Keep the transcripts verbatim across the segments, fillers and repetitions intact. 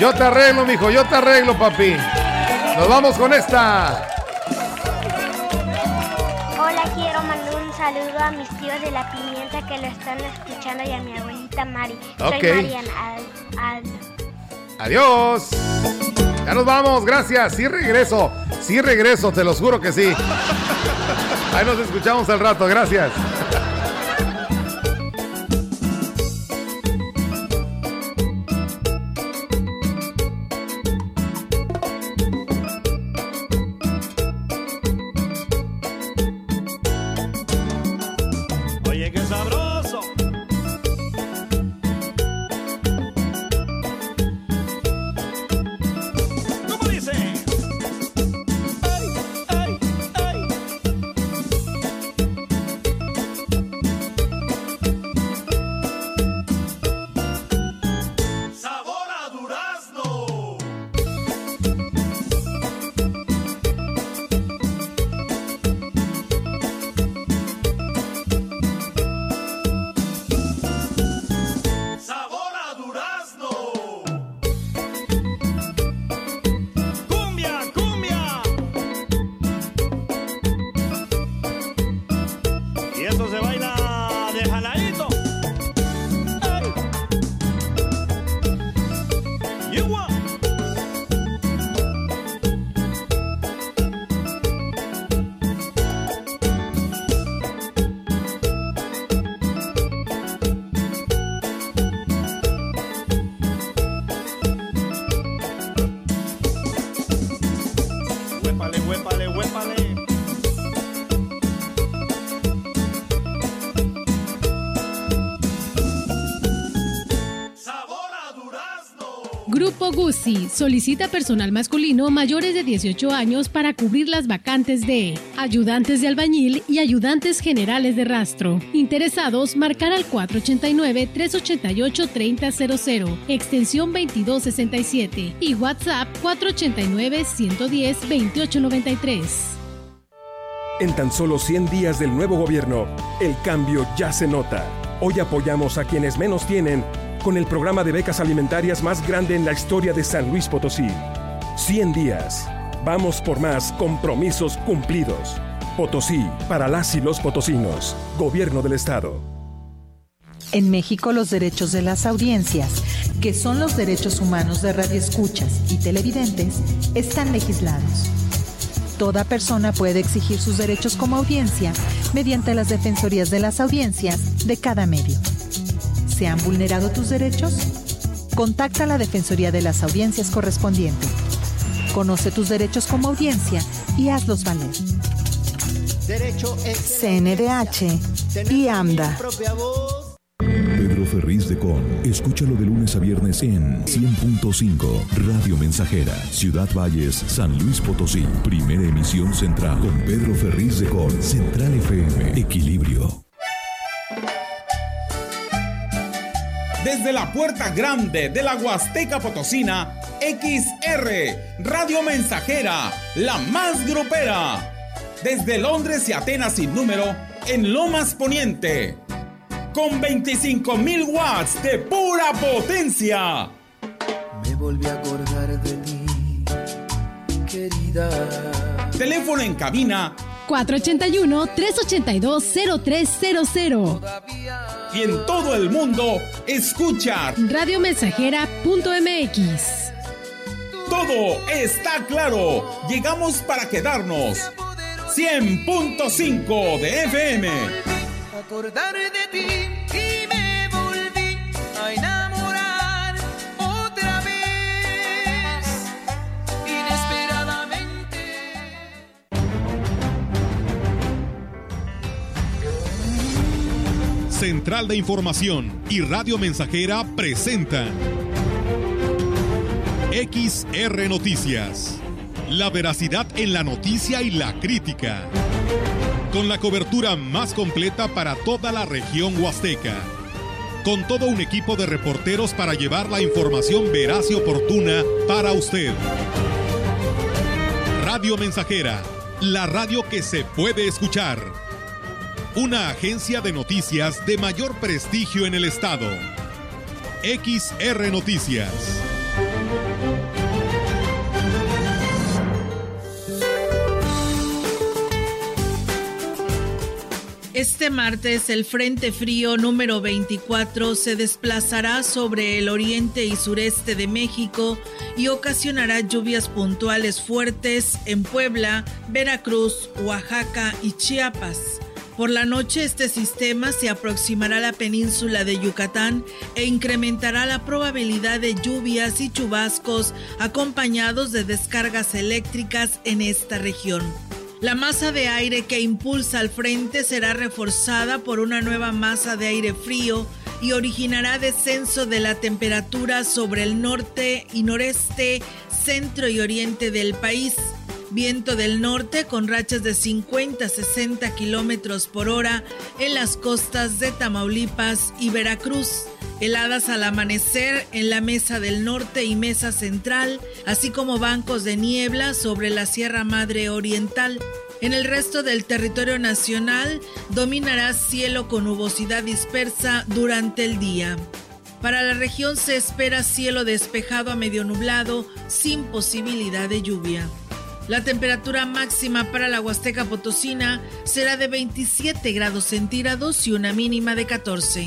Yo te arreglo, mijo, yo te arreglo, papi. Nos vamos con esta. Hola, quiero mandar un saludo a mis tíos de La Pimienta que lo están escuchando y a mi abuelita Mari. Ok. Soy Marian. Al, al... Adiós. Ya nos vamos, gracias. Sí regreso, sí regreso, te lo juro que sí. Ahí nos escuchamos al rato, gracias. Oye, qué sabroso. ¿Cómo dice? Ay, ay, ay. Sabor a durazno. Sabor a durazno. Cumbia, cumbia. Y esto se baila de jaladito. Ay. Yegua. Huépale, huépale, huépale. Sabor a durazno. Grupo Guzzi solicita personal masculino mayores de dieciocho años para cubrir las vacantes de ayudantes de albañil y ayudantes generales de rastro. Interesados, marcar al cuatro ocho nueve, tres ocho ocho, tres cero cero cero, extensión veintidós sesenta y siete y WhatsApp cuatro ocho nueve, uno uno cero, dos ocho nueve tres. En tan solo cien días del nuevo gobierno, el cambio ya se nota. Hoy apoyamos a quienes menos tienen con el programa de becas alimentarias más grande en la historia de San Luis Potosí. cien días. Vamos por más compromisos cumplidos. Potosí, para las y los potosinos. Gobierno del Estado. En México, los derechos de las audiencias, que son los derechos humanos de radioescuchas y televidentes, están legislados. Toda persona puede exigir sus derechos como audiencia mediante las defensorías de las audiencias de cada medio. ¿Se han vulnerado tus derechos? Contacta a la Defensoría de las Audiencias correspondiente. Conoce tus derechos como audiencia y hazlos valer. C N D H y AMDA. Pedro Ferriz de Con. Escúchalo de lunes a viernes en cien punto cinco Radio Mensajera, Ciudad Valles, San Luis Potosí. Primera emisión central con Pedro Ferriz de Con. Central F M. Equilibrio. Desde la puerta grande de la Huasteca Potosina, X R, Radio Mensajera, la más grupera. Desde Londres y Atenas sin número, en Lomas Poniente. Con veinticinco mil watts de pura potencia. Me volví a acordar de ti, querida. Teléfono en cabina cuatro ocho uno, tres ocho dos, cero tres cero cero. Y en todo el mundo, escucha radiomensajera punto m x. Todo está claro. Llegamos para quedarnos. cien punto cinco de F M. Acordar de ti y me volví a enamorar otra vez, inesperadamente. Central de Información y Radio Mensajera presentan X R Noticias. La veracidad en la noticia y la crítica. Con la cobertura más completa para toda la región huasteca. Con todo un equipo de reporteros para llevar la información veraz y oportuna para usted. Radio Mensajera, la radio que se puede escuchar. Una agencia de noticias de mayor prestigio en el estado. X R Noticias. Este martes, el Frente Frío número veinticuatro se desplazará sobre el oriente y sureste de México y ocasionará lluvias puntuales fuertes en Puebla, Veracruz, Oaxaca y Chiapas. Por la noche, este sistema se aproximará a la península de Yucatán e incrementará la probabilidad de lluvias y chubascos acompañados de descargas eléctricas en esta región. La masa de aire que impulsa al frente será reforzada por una nueva masa de aire frío y originará descenso de la temperatura sobre el norte y noreste, centro y oriente del país. Viento del norte con rachas de cincuenta a sesenta kilómetros por hora en las costas de Tamaulipas y Veracruz. Heladas al amanecer en la Mesa del Norte y Mesa Central, así como bancos de niebla sobre la Sierra Madre Oriental. En el resto del territorio nacional dominará cielo con nubosidad dispersa durante el día. Para la región se espera cielo despejado a medio nublado sin posibilidad de lluvia. La temperatura máxima para la Huasteca Potosina será de veintisiete grados centígrados y una mínima de catorce.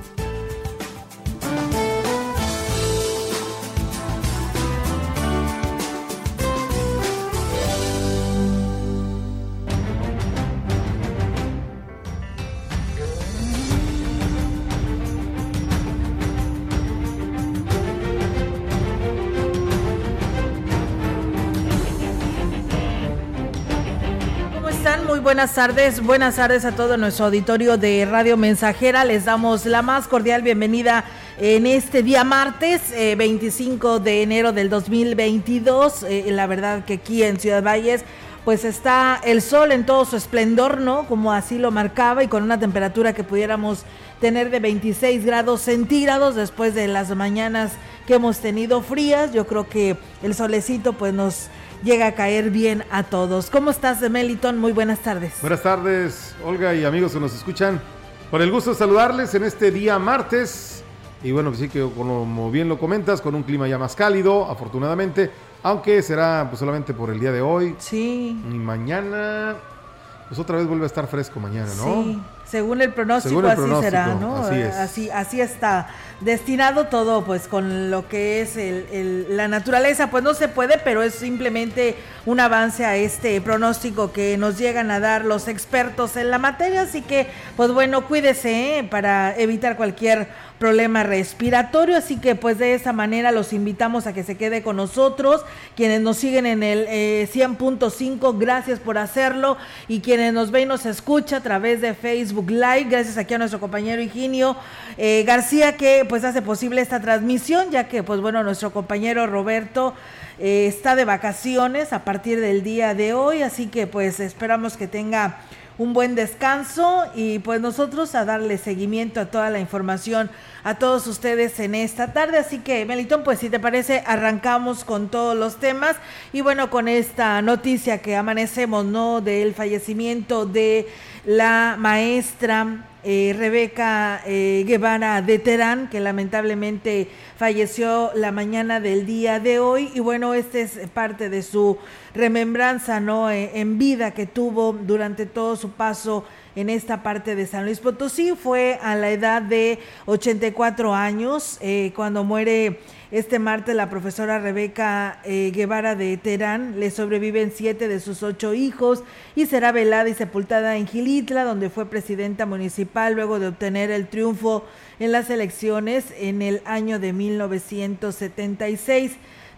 Buenas tardes, buenas tardes a todo nuestro auditorio de Radio Mensajera. Les damos la más cordial bienvenida en este día martes, eh, veinticinco de enero del dos mil veintidós. Eh, la verdad que aquí en Ciudad Valles pues está el sol en todo su esplendor, ¿no? Como así lo marcaba, y con una temperatura que pudiéramos tener de veintiséis grados centígrados después de las mañanas que hemos tenido frías. Yo creo que el solecito pues nos llega a caer bien a todos. ¿Cómo estás, Meliton? Muy buenas tardes. Buenas tardes, Olga y amigos que nos escuchan. Por el gusto de saludarles en este día martes. Y bueno, pues sí que como bien lo comentas, con un clima ya más cálido, afortunadamente, aunque será pues solamente por el día de hoy. Sí. Y mañana, pues otra vez vuelve a estar fresco mañana, ¿no? Sí, según el pronóstico, según el así pronóstico, será, ¿no? Así es. Así, así está destinado todo, pues con lo que es el, el, la naturaleza, pues no se puede, pero es simplemente un avance a este pronóstico que nos llegan a dar los expertos en la materia, así que, pues bueno, cuídese, ¿eh? Para evitar cualquier problema respiratorio, así que pues de esa manera los invitamos a que se quede con nosotros, quienes nos siguen en el eh, cien punto cinco, gracias por hacerlo, y quienes nos ven y nos escucha a través de Facebook Live, gracias aquí a nuestro compañero Higinio eh, García, que pues hace posible esta transmisión, ya que pues bueno, nuestro compañero Roberto eh, está de vacaciones a partir del día de hoy, así que pues esperamos que tenga un buen descanso, y pues nosotros a darle seguimiento a toda la información a todos ustedes en esta tarde. Así que, Melitón, pues si te parece, arrancamos con todos los temas, y bueno, con esta noticia que amanecemos, ¿no?, del fallecimiento de la maestra eh, Rebeca eh, Guevara de Terán, que lamentablemente falleció la mañana del día de hoy, y bueno, este es parte de su remembranza, ¿no?, eh, en vida que tuvo durante todo su paso en esta parte de San Luis Potosí. Fue a la edad de ochenta y cuatro años eh, cuando muere este martes la profesora Rebeca eh, Guevara de Terán. Le sobreviven siete de sus ocho hijos y será velada y sepultada en Xilitla, donde fue presidenta municipal luego de obtener el triunfo en las elecciones en el año de mil novecientos setenta y seis.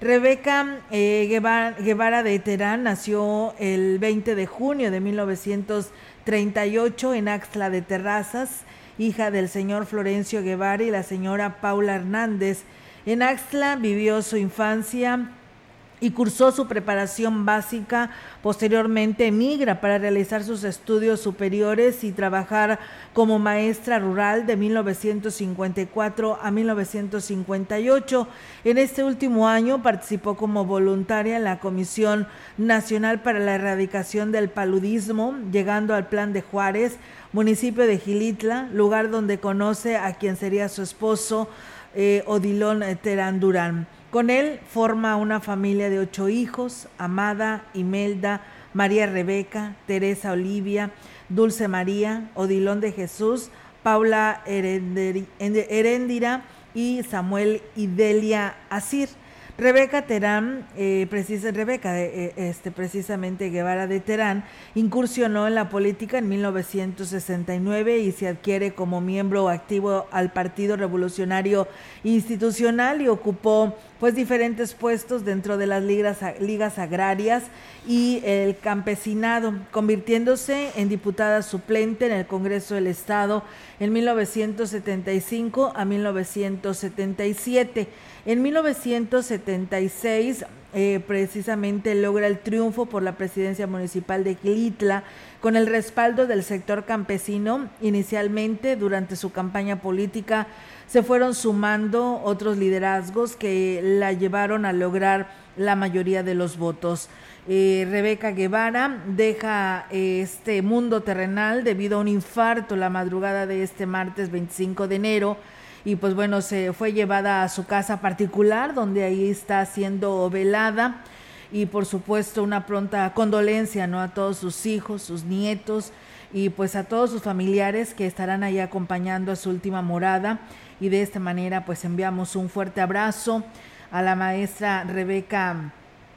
Rebeca eh, Guevara, Guevara de Terán nació el veinte de junio de mil novecientos treinta y ocho en Axtla de Terrazas, hija del señor Florencio Guevara y la señora Paula Hernández. En Axtla vivió su infancia y cursó su preparación básica. Posteriormente emigra para realizar sus estudios superiores y trabajar como maestra rural de mil novecientos cincuenta y cuatro a mil novecientos cincuenta y ocho. En este último año participó como voluntaria en la Comisión Nacional para la Erradicación del Paludismo, llegando al Plan de Juárez, municipio de Xilitla, lugar donde conoce a quien sería su esposo, eh, Odilon Terán Durán. Con él forma una familia de ocho hijos: Amada, Imelda, María Rebeca, Teresa Olivia, Dulce María, Odilón de Jesús, Paula Heréndira y Samuel Idelia Asir. Rebeca Terán, eh, precisa, Rebeca eh, este, precisamente Guevara de Terán, incursionó en la política en mil novecientos sesenta y nueve y se adquiere como miembro activo al Partido Revolucionario Institucional y ocupó pues diferentes puestos dentro de las ligas, ligas agrarias y el campesinado, convirtiéndose en diputada suplente en el Congreso del Estado en mil novecientos setenta y cinco a mil novecientos setenta y siete. En mil novecientos setenta y seis eh, precisamente logra el triunfo por la presidencia municipal de Xilitla con el respaldo del sector campesino. Inicialmente, durante su campaña política, se fueron sumando otros liderazgos que la llevaron a lograr la mayoría de los votos. Eh, Rebeca Guevara deja eh, este mundo terrenal debido a un infarto la madrugada de este martes veinticinco de enero. Y pues bueno, se fue llevada a su casa particular, donde ahí está siendo velada, y por supuesto una pronta condolencia, ¿no?, a todos sus hijos, sus nietos y pues a todos sus familiares que estarán ahí acompañando a su última morada. Y de esta manera pues enviamos un fuerte abrazo a la maestra Rebeca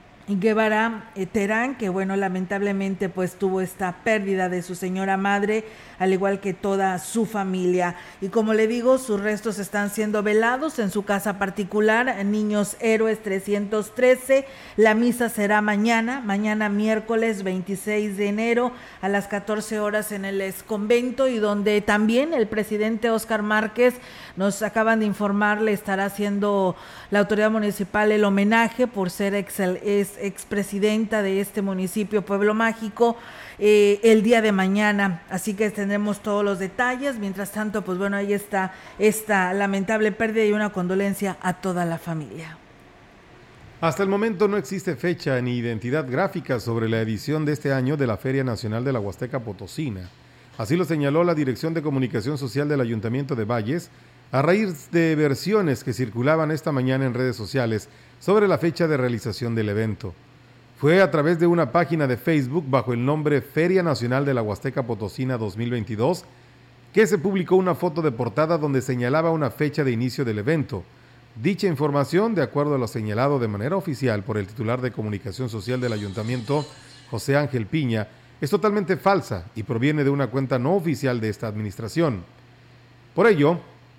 Guevara eh, Terán, que bueno, lamentablemente pues tuvo esta pérdida de su señora madre, al igual que toda su familia. Y como le digo, sus restos están siendo velados en su casa particular, Niños Héroes trescientos trece. La misa será mañana, mañana miércoles veintiséis de enero a las catorce horas en el exconvento, y donde también el presidente Óscar Márquez, nos acaban de informar, le estará haciendo la autoridad municipal el homenaje por ser ex, es expresidenta de este municipio, Pueblo Mágico, eh, el día de mañana. Así que tendremos todos los detalles. Mientras tanto, pues bueno, ahí está esta lamentable pérdida y una condolencia a toda la familia. Hasta el momento no existe fecha ni identidad gráfica sobre la edición de este año de la Feria Nacional de la Huasteca Potosina. Así lo señaló la Dirección de Comunicación Social del Ayuntamiento de Valles, a raíz de versiones que circulaban esta mañana en redes sociales sobre la fecha de realización del evento. Fue a través de una página de Facebook bajo el nombre Feria Nacional de la Huasteca Potosina dos mil veintidós que se publicó una foto de portada donde señalaba una fecha de inicio del evento. Dicha información, de acuerdo a lo señalado de manera oficial por el titular de Comunicación Social del Ayuntamiento, José Ángel Piña, es totalmente falsa y proviene de una cuenta no oficial de esta administración. Por ello,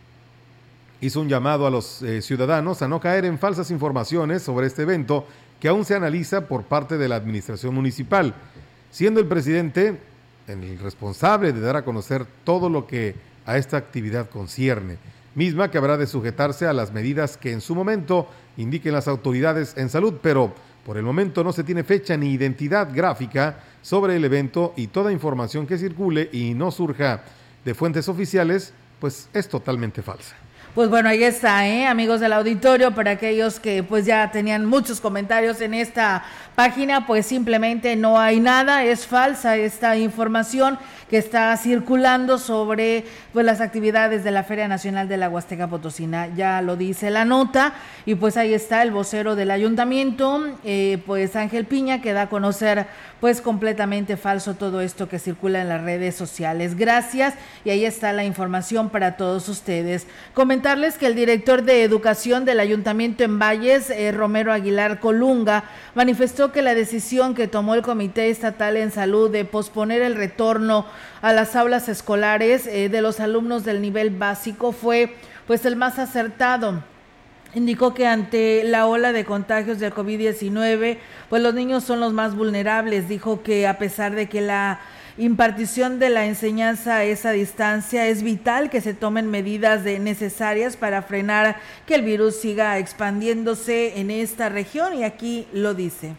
hizo un llamado a los eh, ciudadanos a no caer en falsas informaciones sobre este evento que aún se analiza por parte de la administración municipal, siendo el presidente el responsable de dar a conocer todo lo que a esta actividad concierne, misma que habrá de sujetarse a las medidas que en su momento indiquen las autoridades en salud, pero por el momento no se tiene fecha ni identidad gráfica sobre el evento, y toda información que circule y no surja de fuentes oficiales, pues es totalmente falsa. Pues bueno, ahí está, ¿eh? Amigos del auditorio, para aquellos que pues ya tenían muchos comentarios en esta página, pues simplemente no hay nada, es falsa esta información que está circulando sobre pues las actividades de la Feria Nacional de la Huasteca Potosina. Ya lo dice la nota, y pues ahí está el vocero del ayuntamiento, eh, pues Ángel Piña, que da a conocer pues completamente falso todo esto que circula en las redes sociales. Gracias, y ahí está la información para todos ustedes. Comentarles que el director de Educación del Ayuntamiento en Valles, eh, Romero Aguilar Colunga, manifestó que la decisión que tomó el Comité Estatal en Salud de posponer el retorno a las aulas escolares eh, de los alumnos del nivel básico fue pues el más acertado. Indicó que ante la ola de contagios del COVID diecinueve, pues los niños son los más vulnerables. Dijo que a pesar de que la impartición de la enseñanza a esa distancia, es vital que se tomen medidas de necesarias para frenar que el virus siga expandiéndose en esta región, y aquí lo dice.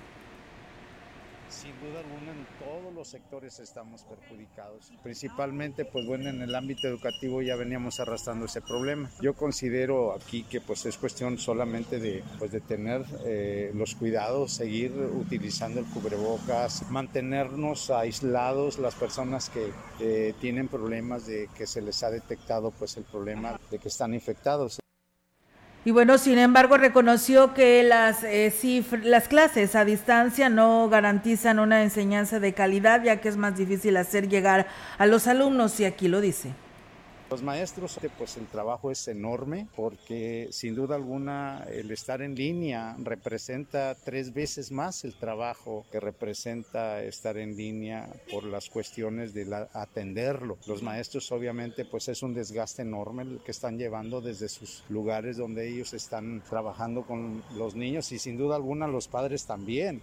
Sin duda alguna, en todos los sectores estamos perjudicados, principalmente pues bueno, en el ámbito educativo ya veníamos arrastrando ese problema. Yo considero aquí que pues es cuestión solamente de pues de tener eh, los cuidados, seguir utilizando el cubrebocas, mantenernos aislados las personas que eh, tienen problemas, de que se les ha detectado pues el problema de que están infectados. Y bueno, sin embargo, reconoció que las, eh, cifr- las clases a distancia no garantizan una enseñanza de calidad, ya que es más difícil hacer llegar a los alumnos, y aquí lo dice. Los maestros, pues el trabajo es enorme porque sin duda alguna el estar en línea representa tres veces más el trabajo que representa estar en línea por las cuestiones de la, atenderlo. Los maestros obviamente pues es un desgaste enorme el que están llevando desde sus lugares donde ellos están trabajando con los niños y sin duda alguna los padres también.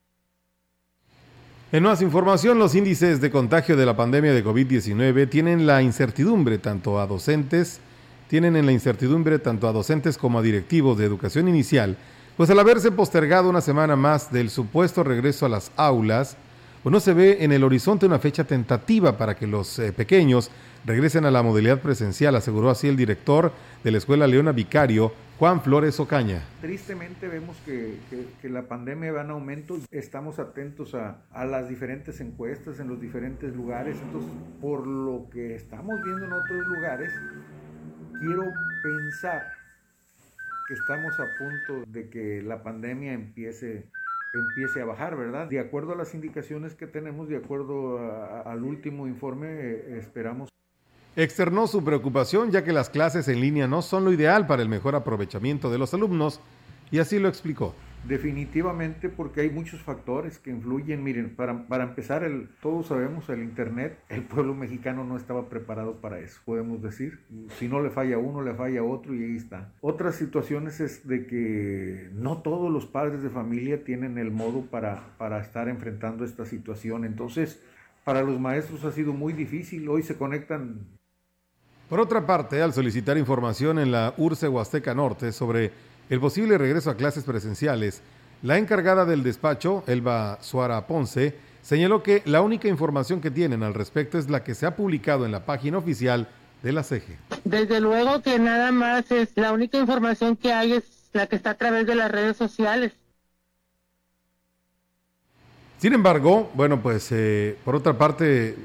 En más información, los índices de contagio de la pandemia de COVID diecinueve tienen la incertidumbre tanto a docentes, tienen en la incertidumbre tanto a docentes como a directivos de educación inicial, pues al haberse postergado una semana más del supuesto regreso a las aulas, pues no se ve en el horizonte una fecha tentativa para que los eh, pequeños regresen a la modalidad presencial, aseguró así el director de la Escuela Leona Vicario, Juan Flores Ocaña. Tristemente vemos que, que, que la pandemia va en aumento, estamos atentos a, a las diferentes encuestas en los diferentes lugares, entonces por lo que estamos viendo en otros lugares, quiero pensar que estamos a punto de que la pandemia empiece, empiece a bajar, ¿verdad? De acuerdo a las indicaciones que tenemos, de acuerdo a, a, al último informe, eh, esperamos. Externó su preocupación ya que las clases en línea no son lo ideal para el mejor aprovechamiento de los alumnos y así lo explicó. Definitivamente porque hay muchos factores que influyen. Miren, para, para empezar, el, todos sabemos el internet, el pueblo mexicano no estaba preparado para eso, podemos decir. Si no le falla a uno, le falla a otro y ahí está. Otras situaciones es de que no todos los padres de familia tienen el modo para, para estar enfrentando esta situación. Entonces, para los maestros ha sido muy difícil. Hoy se conectan. Por otra parte, al solicitar información en la U R S S Huasteca Norte sobre el posible regreso a clases presenciales, la encargada del despacho, Elba Suara Ponce, señaló que la única información que tienen al respecto es la que se ha publicado en la página oficial de la C E G E. Desde luego que nada más es la única información que hay es la que está a través de las redes sociales. Sin embargo, bueno, pues eh, por otra parte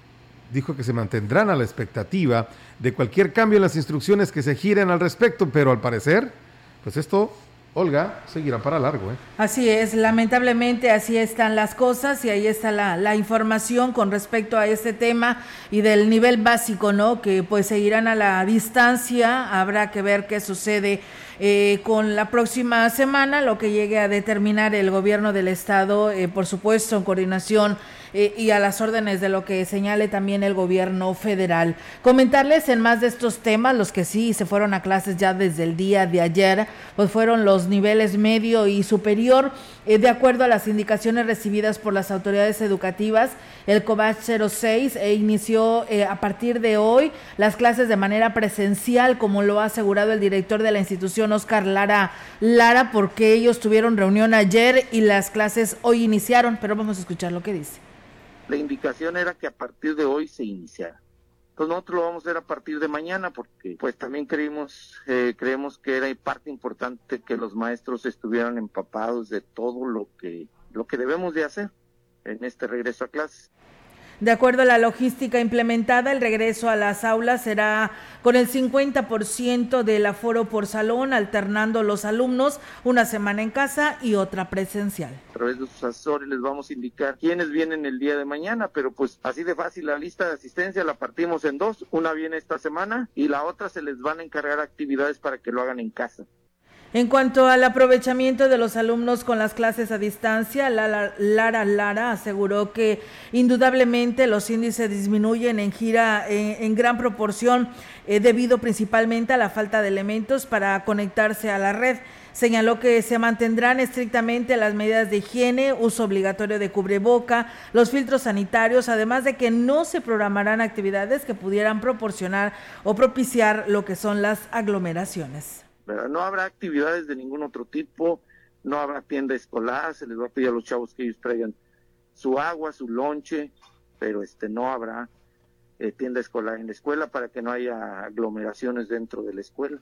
dijo que se mantendrán a la expectativa de cualquier cambio en las instrucciones que se giren al respecto, pero al parecer, pues esto, Olga, seguirá para largo, ¿eh? Así es, lamentablemente así están las cosas y ahí está la, la información con respecto a este tema y del nivel básico, ¿no? Que pues seguirán a la distancia, habrá que ver qué sucede eh, con la próxima semana, lo que llegue a determinar el gobierno del estado, eh, por supuesto en coordinación Eh, y a las órdenes de lo que señale también el gobierno federal. Comentarles en más de estos temas, los que sí se fueron a clases ya desde el día de ayer, pues fueron los niveles medio y superior, eh, de acuerdo a las indicaciones recibidas por las autoridades educativas. El COBACH cero seis eh, inició eh, a partir de hoy las clases de manera presencial, como lo ha asegurado el director de la institución, Oscar Lara Lara, porque ellos tuvieron reunión ayer y las clases hoy iniciaron, pero vamos a escuchar lo que dice. La indicación era que a partir de hoy se iniciara. Entonces nosotros lo vamos a hacer a partir de mañana porque pues también creímos, eh, creemos que era parte importante que los maestros estuvieran empapados de todo lo que, lo que debemos de hacer en este regreso a clases. De acuerdo a la logística implementada, el regreso a las aulas será con el cincuenta por ciento del aforo por salón, alternando los alumnos una semana en casa y otra presencial. A través de sus asesores les vamos a indicar quiénes vienen el día de mañana, pero pues así de fácil la lista de asistencia la partimos en dos, una viene esta semana y la otra se les van a encargar actividades para que lo hagan en casa. En cuanto al aprovechamiento de los alumnos con las clases a distancia, Lara Lara, Lara aseguró que indudablemente los índices disminuyen en gira en, en gran proporción eh, debido principalmente a la falta de elementos para conectarse a la red. Señaló que se mantendrán estrictamente las medidas de higiene, uso obligatorio de cubreboca, los filtros sanitarios, además de que no se programarán actividades que pudieran proporcionar o propiciar lo que son las aglomeraciones. ¿Verdad? No habrá actividades de ningún otro tipo, no habrá tienda escolar, se les va a pedir a los chavos que ellos traigan su agua, su lonche, pero este no habrá eh, tienda escolar en la escuela para que no haya aglomeraciones dentro de la escuela.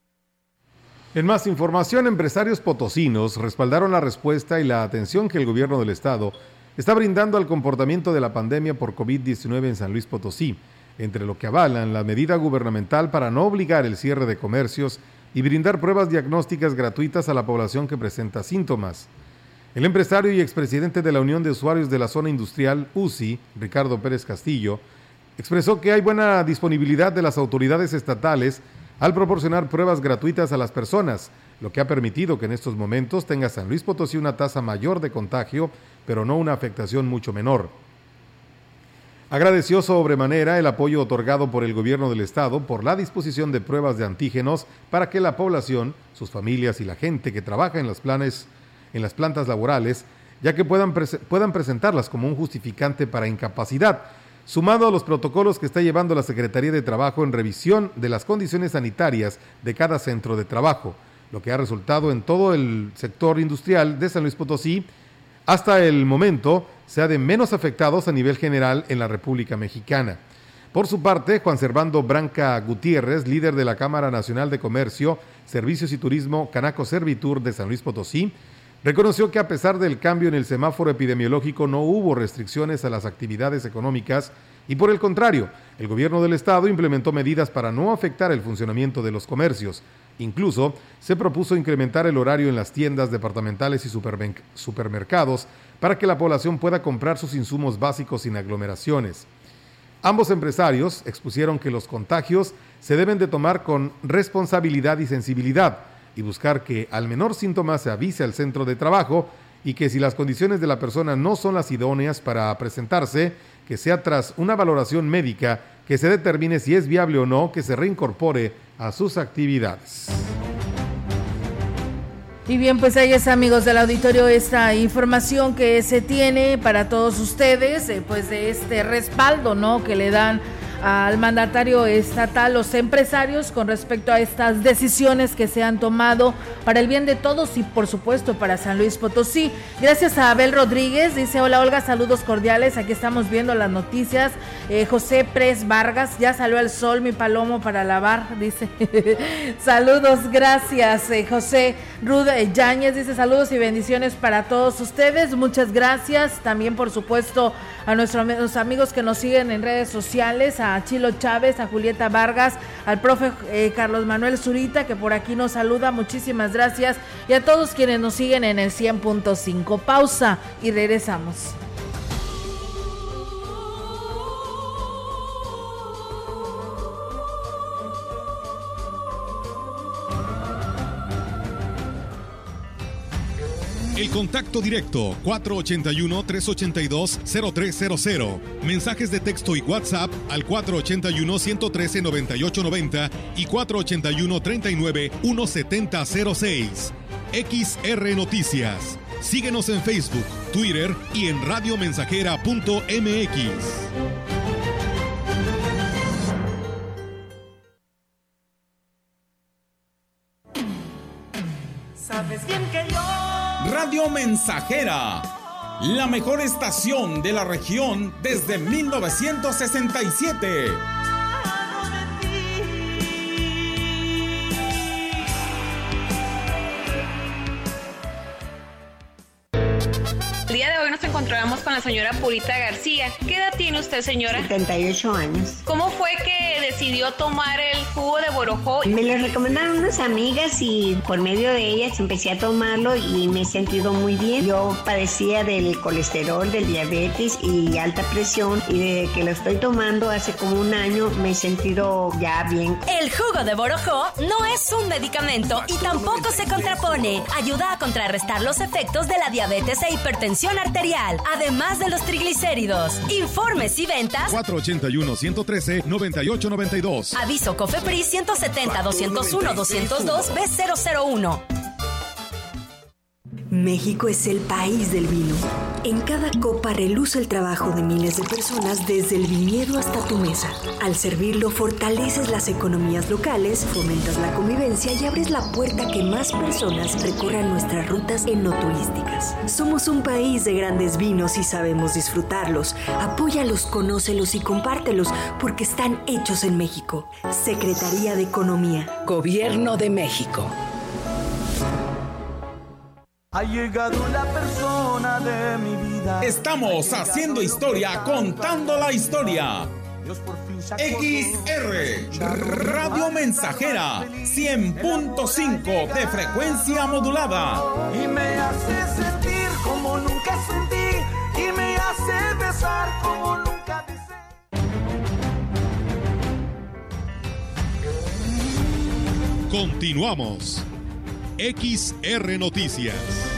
En más información, empresarios potosinos respaldaron la respuesta y la atención que el gobierno del estado está brindando al comportamiento de la pandemia por COVID diecinueve en San Luis Potosí, entre lo que avalan la medida gubernamental para no obligar el cierre de comercios y brindar pruebas diagnósticas gratuitas a la población que presenta síntomas. El empresario y expresidente de la Unión de Usuarios de la Zona Industrial, U C I, Ricardo Pérez Castillo, expresó que hay buena disponibilidad de las autoridades estatales al proporcionar pruebas gratuitas a las personas, lo que ha permitido que en estos momentos tenga San Luis Potosí una tasa mayor de contagio, pero no una afectación mucho menor. Agradeció sobremanera el apoyo otorgado por el gobierno del estado por la disposición de pruebas de antígenos para que la población, sus familias y la gente que trabaja en los planes, en las plantas laborales, ya que puedan, pres- puedan presentarlas como un justificante para incapacidad, sumado a los protocolos que está llevando la Secretaría de Trabajo en revisión de las condiciones sanitarias de cada centro de trabajo, lo que ha resultado en todo el sector industrial de San Luis Potosí, hasta el momento, sea de menos afectados a nivel general en la República Mexicana. Por su parte, Juan Servando Branca Gutiérrez, líder de la Cámara Nacional de Comercio, Servicios y Turismo Canaco Servitur de San Luis Potosí, reconoció que a pesar del cambio en el semáforo epidemiológico no hubo restricciones a las actividades económicas y por el contrario, el gobierno del estado implementó medidas para no afectar el funcionamiento de los comercios. Incluso se propuso incrementar el horario en las tiendas departamentales y supermercados para que la población pueda comprar sus insumos básicos sin aglomeraciones. Ambos empresarios expusieron que los contagios se deben de tomar con responsabilidad y sensibilidad y buscar que al menor síntoma se avise al centro de trabajo y que si las condiciones de la persona no son las idóneas para presentarse, que sea tras una valoración médica que se determine si es viable o no que se reincorpore a sus actividades. Y bien, pues ahí es, amigos del auditorio, esta información que se tiene para todos ustedes, eh, pues de este respaldo, ¿no?, que le dan al mandatario estatal los empresarios con respecto a estas decisiones que se han tomado para el bien de todos y por supuesto para San Luis Potosí. Gracias a Abel Rodríguez, dice: hola Olga, saludos cordiales, aquí estamos viendo las noticias. eh, José Pres Vargas, ya salió al sol mi palomo para lavar, dice. Saludos, gracias. eh, José Rud Yáñez dice: saludos y bendiciones para todos ustedes, muchas gracias. También por supuesto a nuestros amigos que nos siguen en redes sociales, a a Chilo Chávez, a Julieta Vargas, al profe eh, Carlos Manuel Zurita, que por aquí nos saluda, muchísimas gracias, y a todos quienes nos siguen en el cien punto cinco. Pausa y regresamos. El contacto directo cuatro ochenta y uno, trescientos ochenta y dos, cero tres cero cero. Mensajes de texto y WhatsApp al cuatro ochenta y uno, ciento trece, noventa y ocho noventa y cuatro ochenta y uno, treinta y nueve, ciento setenta cero seis. X R Noticias. Síguenos en Facebook, Twitter y en radiomensajera punto m x. Sabes bien que yo Radio Mensajera, la mejor estación de la región desde mil novecientos sesenta y siete. El día de hoy nos encontramos con la señora Purita García. ¿Qué edad tiene usted, señora? setenta y ocho años. ¿Cómo fue que decidió tomar el jugo de borojó? Me lo recomendaron unas amigas y por medio de ellas empecé a tomarlo y me he sentido muy bien. Yo padecía del colesterol, del diabetes y alta presión, y desde que lo estoy tomando hace como un año me he sentido ya bien. El jugo de borojó no es un medicamento y tampoco se contrapone. Ayuda a contrarrestar los efectos de la diabetes e hipertensión arterial, además de los triglicéridos. Informes y ventas cuatro ochenta y uno, ciento trece, noventa y ocho noventa y dos. Aviso COFEPRIS ciento setenta, doscientos uno, doscientos dos, B cero cero uno. México es el país del vino. En cada copa reluce el trabajo de miles de personas desde el viñedo hasta tu mesa. Al servirlo fortaleces las economías locales, fomentas la convivencia y abres la puerta a que más personas recorran nuestras rutas enoturísticas. Somos un país de grandes vinos y sabemos disfrutarlos. Apóyalos, conócelos y compártelos porque están hechos en México. Secretaría de Economía. Gobierno de México. Ha llegado la persona de mi vida. Estamos haciendo historia, contando la historia. X R Radio Mensajera cien punto cinco de frecuencia modulada. Y me hace sentir como nunca sentí, y me hace besar como nunca besé. Continuamos. X R Noticias.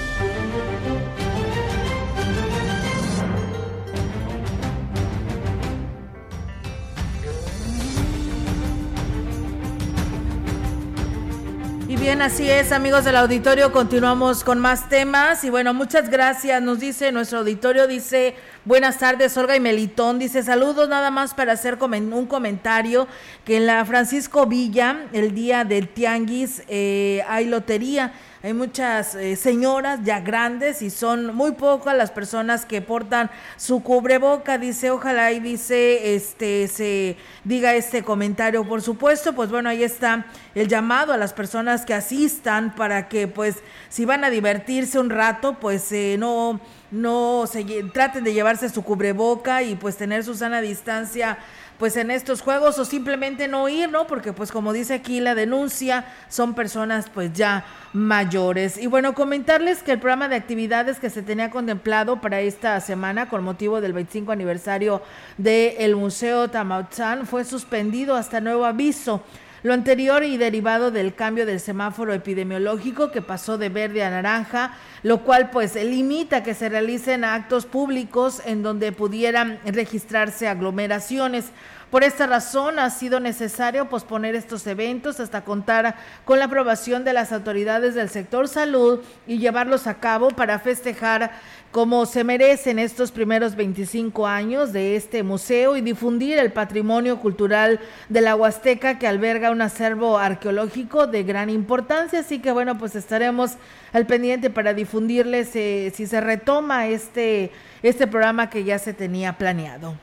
Y bien, así es, amigos del auditorio, continuamos con más temas y bueno, muchas gracias, nos dice nuestro auditorio, dice, buenas tardes, Olga y Melitón, dice, saludos, nada más para hacer comen- un comentario, que en la Francisco Villa, el día del Tianguis, eh, hay lotería. Hay muchas eh, señoras ya grandes y son muy pocas las personas que portan su cubreboca, dice, ojalá y dice, este, se diga este comentario, por supuesto, pues bueno, ahí está el llamado a las personas que asistan para que, pues, si van a divertirse un rato, pues eh, no, no se traten de llevarse su cubreboca y pues tener su sana distancia pues en estos juegos, o simplemente no ir, ¿no? Porque pues como dice aquí la denuncia, son personas pues ya mayores. Y bueno, comentarles que el programa de actividades que se tenía contemplado para esta semana con motivo del veinticinco aniversario del Museo Tamautzán fue suspendido hasta nuevo aviso. Lo anterior y derivado del cambio del semáforo epidemiológico que pasó de verde a naranja, lo cual pues limita que se realicen actos públicos en donde pudieran registrarse aglomeraciones. Por esta razón ha sido necesario posponer estos eventos hasta contar con la aprobación de las autoridades del sector salud y llevarlos a cabo para festejar como se merecen estos primeros veinticinco años de este museo y difundir el patrimonio cultural de la Huasteca, que alberga un acervo arqueológico de gran importancia. Así que bueno, pues estaremos al pendiente para difundirles eh, si se retoma este, este programa que ya se tenía planeado.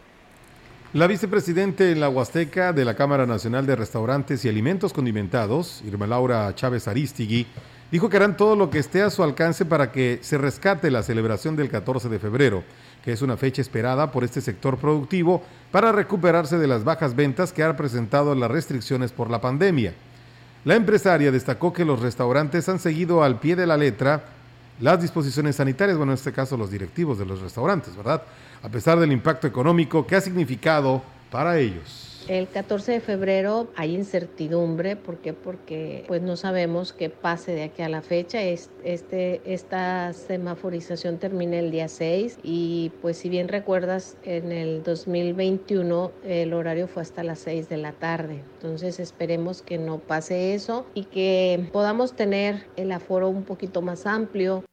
La vicepresidente en la Huasteca de la Cámara Nacional de Restaurantes y Alimentos Condimentados, Irma Laura Chávez Aristigui, dijo que harán todo lo que esté a su alcance para que se rescate la celebración del catorce de febrero, que es una fecha esperada por este sector productivo para recuperarse de las bajas ventas que han presentado las restricciones por la pandemia. La empresaria destacó que los restaurantes han seguido al pie de la letra las disposiciones sanitarias, bueno, en este caso los directivos de los restaurantes, ¿verdad?, a pesar del impacto económico que ha significado para ellos. El catorce de febrero hay incertidumbre, ¿por qué? Porque pues no sabemos qué pase de aquí a la fecha. Este, esta semaforización termina el día seis y pues si bien recuerdas, en el dos mil veintiuno el horario fue hasta las seis de la tarde. Entonces esperemos que no pase eso y que podamos tener el aforo un poquito más amplio.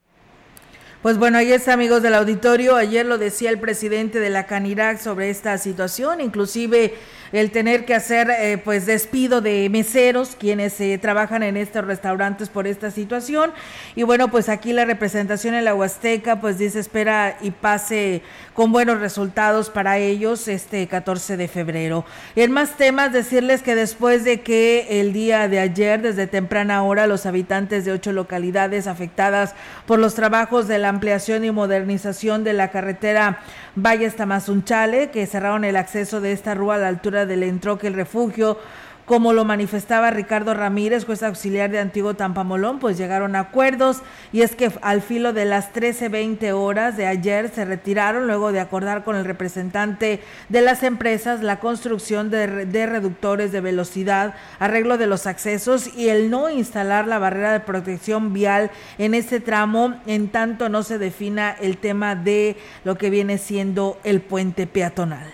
Pues bueno, ahí está, amigos del auditorio, ayer lo decía el presidente de la Canirac sobre esta situación, inclusive el tener que hacer eh, pues despido de meseros quienes eh, trabajan en estos restaurantes por esta situación. Y bueno, pues aquí la representación en la Huasteca pues dice espera y pase con buenos resultados para ellos este catorce de febrero. Y en más temas, decirles que después de que el día de ayer, desde temprana hora, los habitantes de ocho localidades afectadas por los trabajos de la ampliación y modernización de la carretera Valles-Tamazunchale, que cerraron el acceso de esta rúa a la altura del Entroque El Refugio, como lo manifestaba Ricardo Ramírez, juez auxiliar de Antiguo Tampamolón, pues llegaron a acuerdos, y es que al filo de las trece veinte horas de ayer se retiraron luego de acordar con el representante de las empresas la construcción de, de reductores de velocidad, arreglo de los accesos y el no instalar la barrera de protección vial en este tramo, en tanto no se defina el tema de lo que viene siendo el puente peatonal.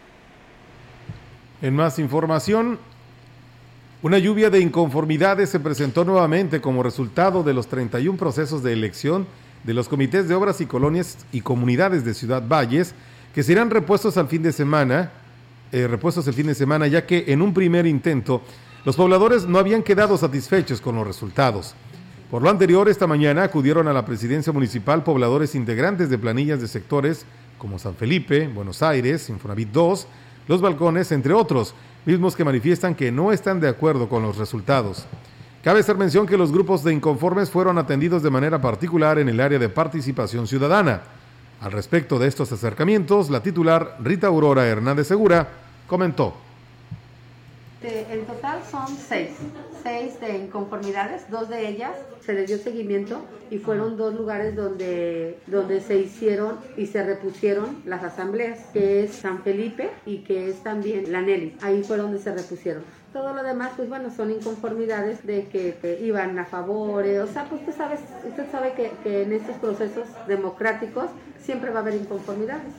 En más información, una lluvia de inconformidades se presentó nuevamente como resultado de los treinta y uno procesos de elección de los comités de obras y colonias y comunidades de Ciudad Valles, que serán repuestos al fin de semana, eh, repuestos el fin de semana, ya que en un primer intento los pobladores no habían quedado satisfechos con los resultados. Por lo anterior, esta mañana acudieron a la presidencia municipal pobladores integrantes de planillas de sectores como San Felipe, Buenos Aires, Infonavit dos, Los Balcones, entre otros, mismos que manifiestan que no están de acuerdo con los resultados. Cabe hacer mención que los grupos de inconformes fueron atendidos de manera particular en el área de participación ciudadana. Al respecto de estos acercamientos, la titular Rita Aurora Hernández Segura comentó. En total son seis, seis de inconformidades, dos de ellas se les dio seguimiento y fueron dos lugares donde, donde se hicieron y se repusieron las asambleas, que es San Felipe y que es también la Nelly, ahí fue donde se repusieron. Todo lo demás, pues bueno, son inconformidades de que, que iban a favor, o sea, pues usted sabe, usted sabe que, que en estos procesos democráticos siempre va a haber inconformidades.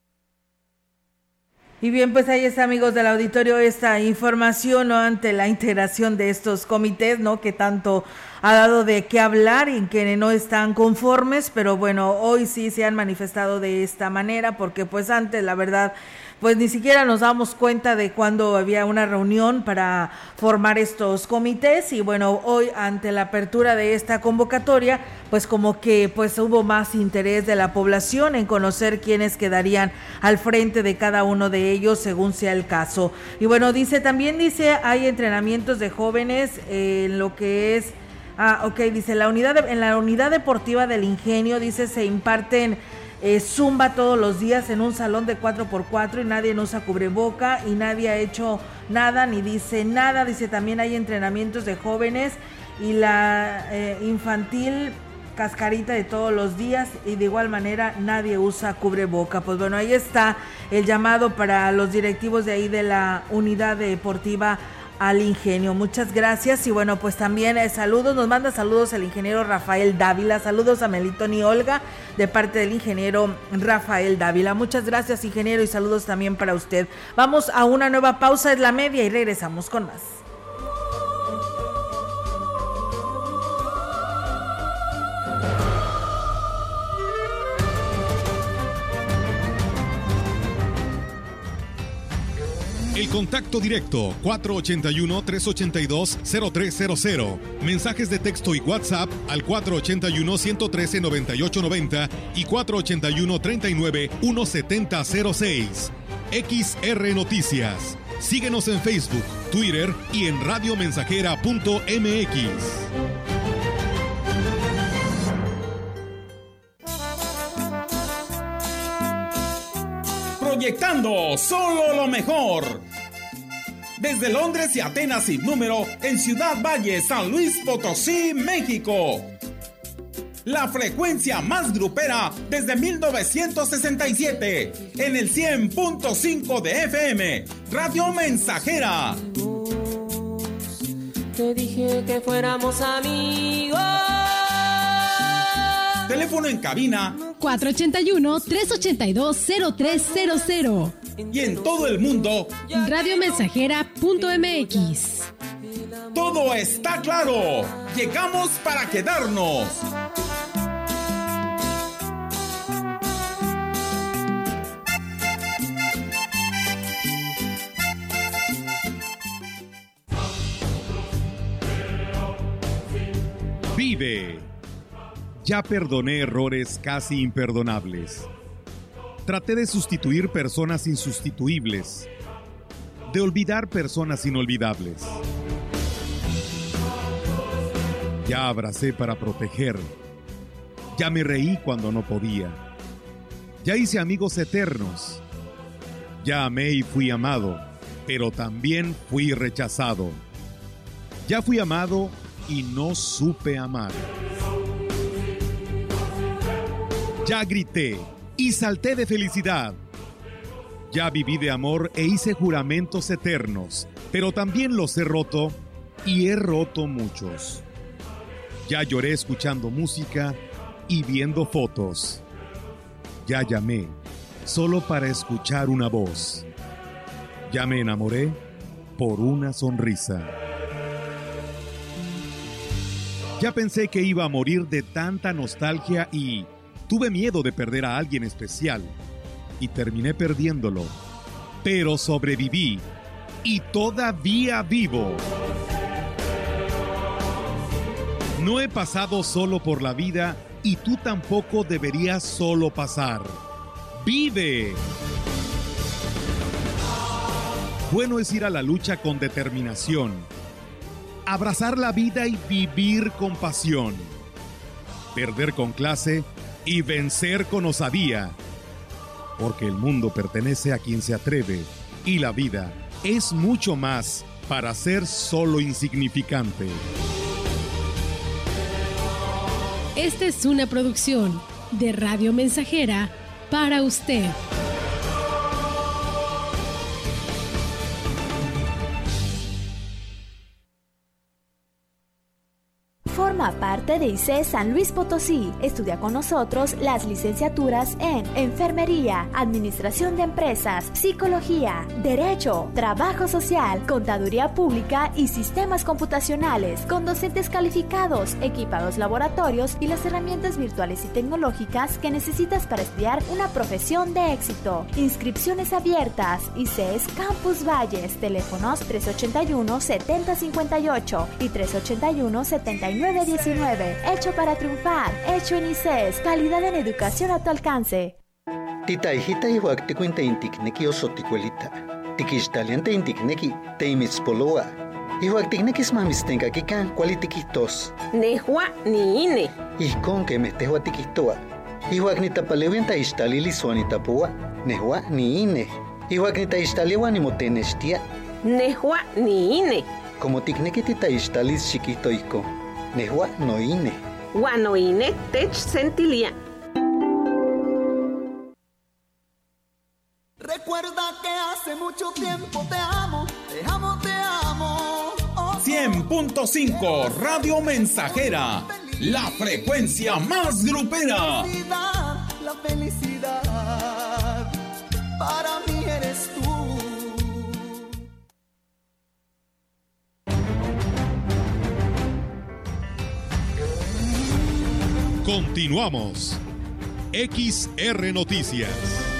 Y bien, pues ahí está, amigos del auditorio, esta información, ¿no?, ante la integración de estos comités, ¿no?, que tanto ha dado de qué hablar y en que no están conformes, pero bueno, hoy sí se han manifestado de esta manera, porque pues antes, la verdad, pues ni siquiera nos damos cuenta de cuando había una reunión para formar estos comités, y bueno, hoy ante la apertura de esta convocatoria, pues como que pues hubo más interés de la población en conocer quiénes quedarían al frente de cada uno de ellos según sea el caso. Y bueno, dice, también dice, hay entrenamientos de jóvenes eh, en lo que es, ah, ok, dice, la unidad de, en la unidad deportiva del Ingenio, dice, se imparten Eh, zumba todos los días en un salón de cuatro por cuatro y nadie usa cubreboca y nadie ha hecho nada ni dice nada. Dice, también hay entrenamientos de jóvenes y la eh, infantil cascarita de todos los días y de igual manera nadie usa cubreboca. Pues bueno, ahí está el llamado para los directivos de ahí de la unidad deportiva al Ingenio. Muchas gracias. Y bueno, pues también eh, saludos, nos manda saludos el ingeniero Rafael Dávila, saludos a Melitón y Olga de parte del ingeniero Rafael Dávila. Muchas gracias, ingeniero, y saludos también para usted. Vamos a una nueva pausa, es la media, y regresamos con más. El contacto directo cuatro ochenta y uno, trescientos ochenta y dos, cero tres cero cero. Mensajes de texto y WhatsApp al cuatro ochenta y uno, ciento trece, noventa y ocho noventa y cuatro ochenta y uno, treinta y nueve, setecientos cero seis. X R Noticias. Síguenos en Facebook, Twitter y en radiomensajera punto m x. Proyectando solo lo mejor. Desde Londres y Atenas sin número, en Ciudad Valle, San Luis Potosí, México. La frecuencia más grupera desde mil novecientos sesenta y siete, en el cien punto cinco de F M, Radio Mensajera. Te dije que fuéramos amigos. Teléfono en cabina cuatro ochenta y uno, trescientos ochenta y dos, cero tres cero cero. Y en todo el mundo, radiomensajera punto m x. Todo está claro. Llegamos para quedarnos. Vive. Ya perdoné errores casi imperdonables. Traté de sustituir personas insustituibles, de olvidar personas inolvidables. Ya abracé para proteger, ya me reí cuando no podía, ya hice amigos eternos, ya amé y fui amado, pero también fui rechazado. Ya fui amado y no supe amar. Ya grité y salté de felicidad. Ya viví de amor e hice juramentos eternos, pero también los he roto y he roto muchos. Ya lloré escuchando música y viendo fotos. Ya llamé solo para escuchar una voz. Ya me enamoré por una sonrisa. Ya pensé que iba a morir de tanta nostalgia y tuve miedo de perder a alguien especial y terminé perdiéndolo, pero sobreviví y todavía vivo. No he pasado solo por la vida y tú tampoco deberías solo pasar. ¡Vive! Bueno es ir a la lucha con determinación, abrazar la vida y vivir con pasión, perder con clase y vencer con osadía, porque el mundo pertenece a quien se atreve Y la vida es mucho más para ser solo insignificante. Esta es una producción de Radio Mensajera para usted. Forma parte de I C E San Luis Potosí. Estudia con nosotros las licenciaturas en Enfermería, Administración de Empresas, Psicología, Derecho, Trabajo Social, Contaduría Pública y Sistemas Computacionales, con docentes calificados, equipados laboratorios y las herramientas virtuales y tecnológicas que necesitas para estudiar una profesión de éxito. Inscripciones abiertas. I C E S Campus Valles. Teléfonos tres ochenta y uno, setenta cincuenta y ocho y tres ochenta y uno, setenta y nueve diecinueve. Hecho para triunfar. Hecho en I C E S. Calidad en educación a tu alcance. Tita hijita ihuac te cuenta intikneki osoticuelita. Tikistaliante intikneki te imitzpoloa. Ihuac tiknekis mamistenka kikan cualitiquistos. Nehua ni ine. Ijkon que mestehua tiquistoa. Ihuac ni tapalewian ta istalili suanitapua. Nehua ni ine. Ihuac ni ta istalewa ni motenestia. Nehua ni ine. Como tikneki tita istalis chiquitoico. Nehua no ine. Guano ine tech sentilia. Recuerda que hace mucho tiempo te amo, te amo, te amo. Oh, cien punto cinco Radio Mensajera, la frecuencia más grupera. La felicidad, la felicidad, para mí eres tú. Continuamos. X R Noticias.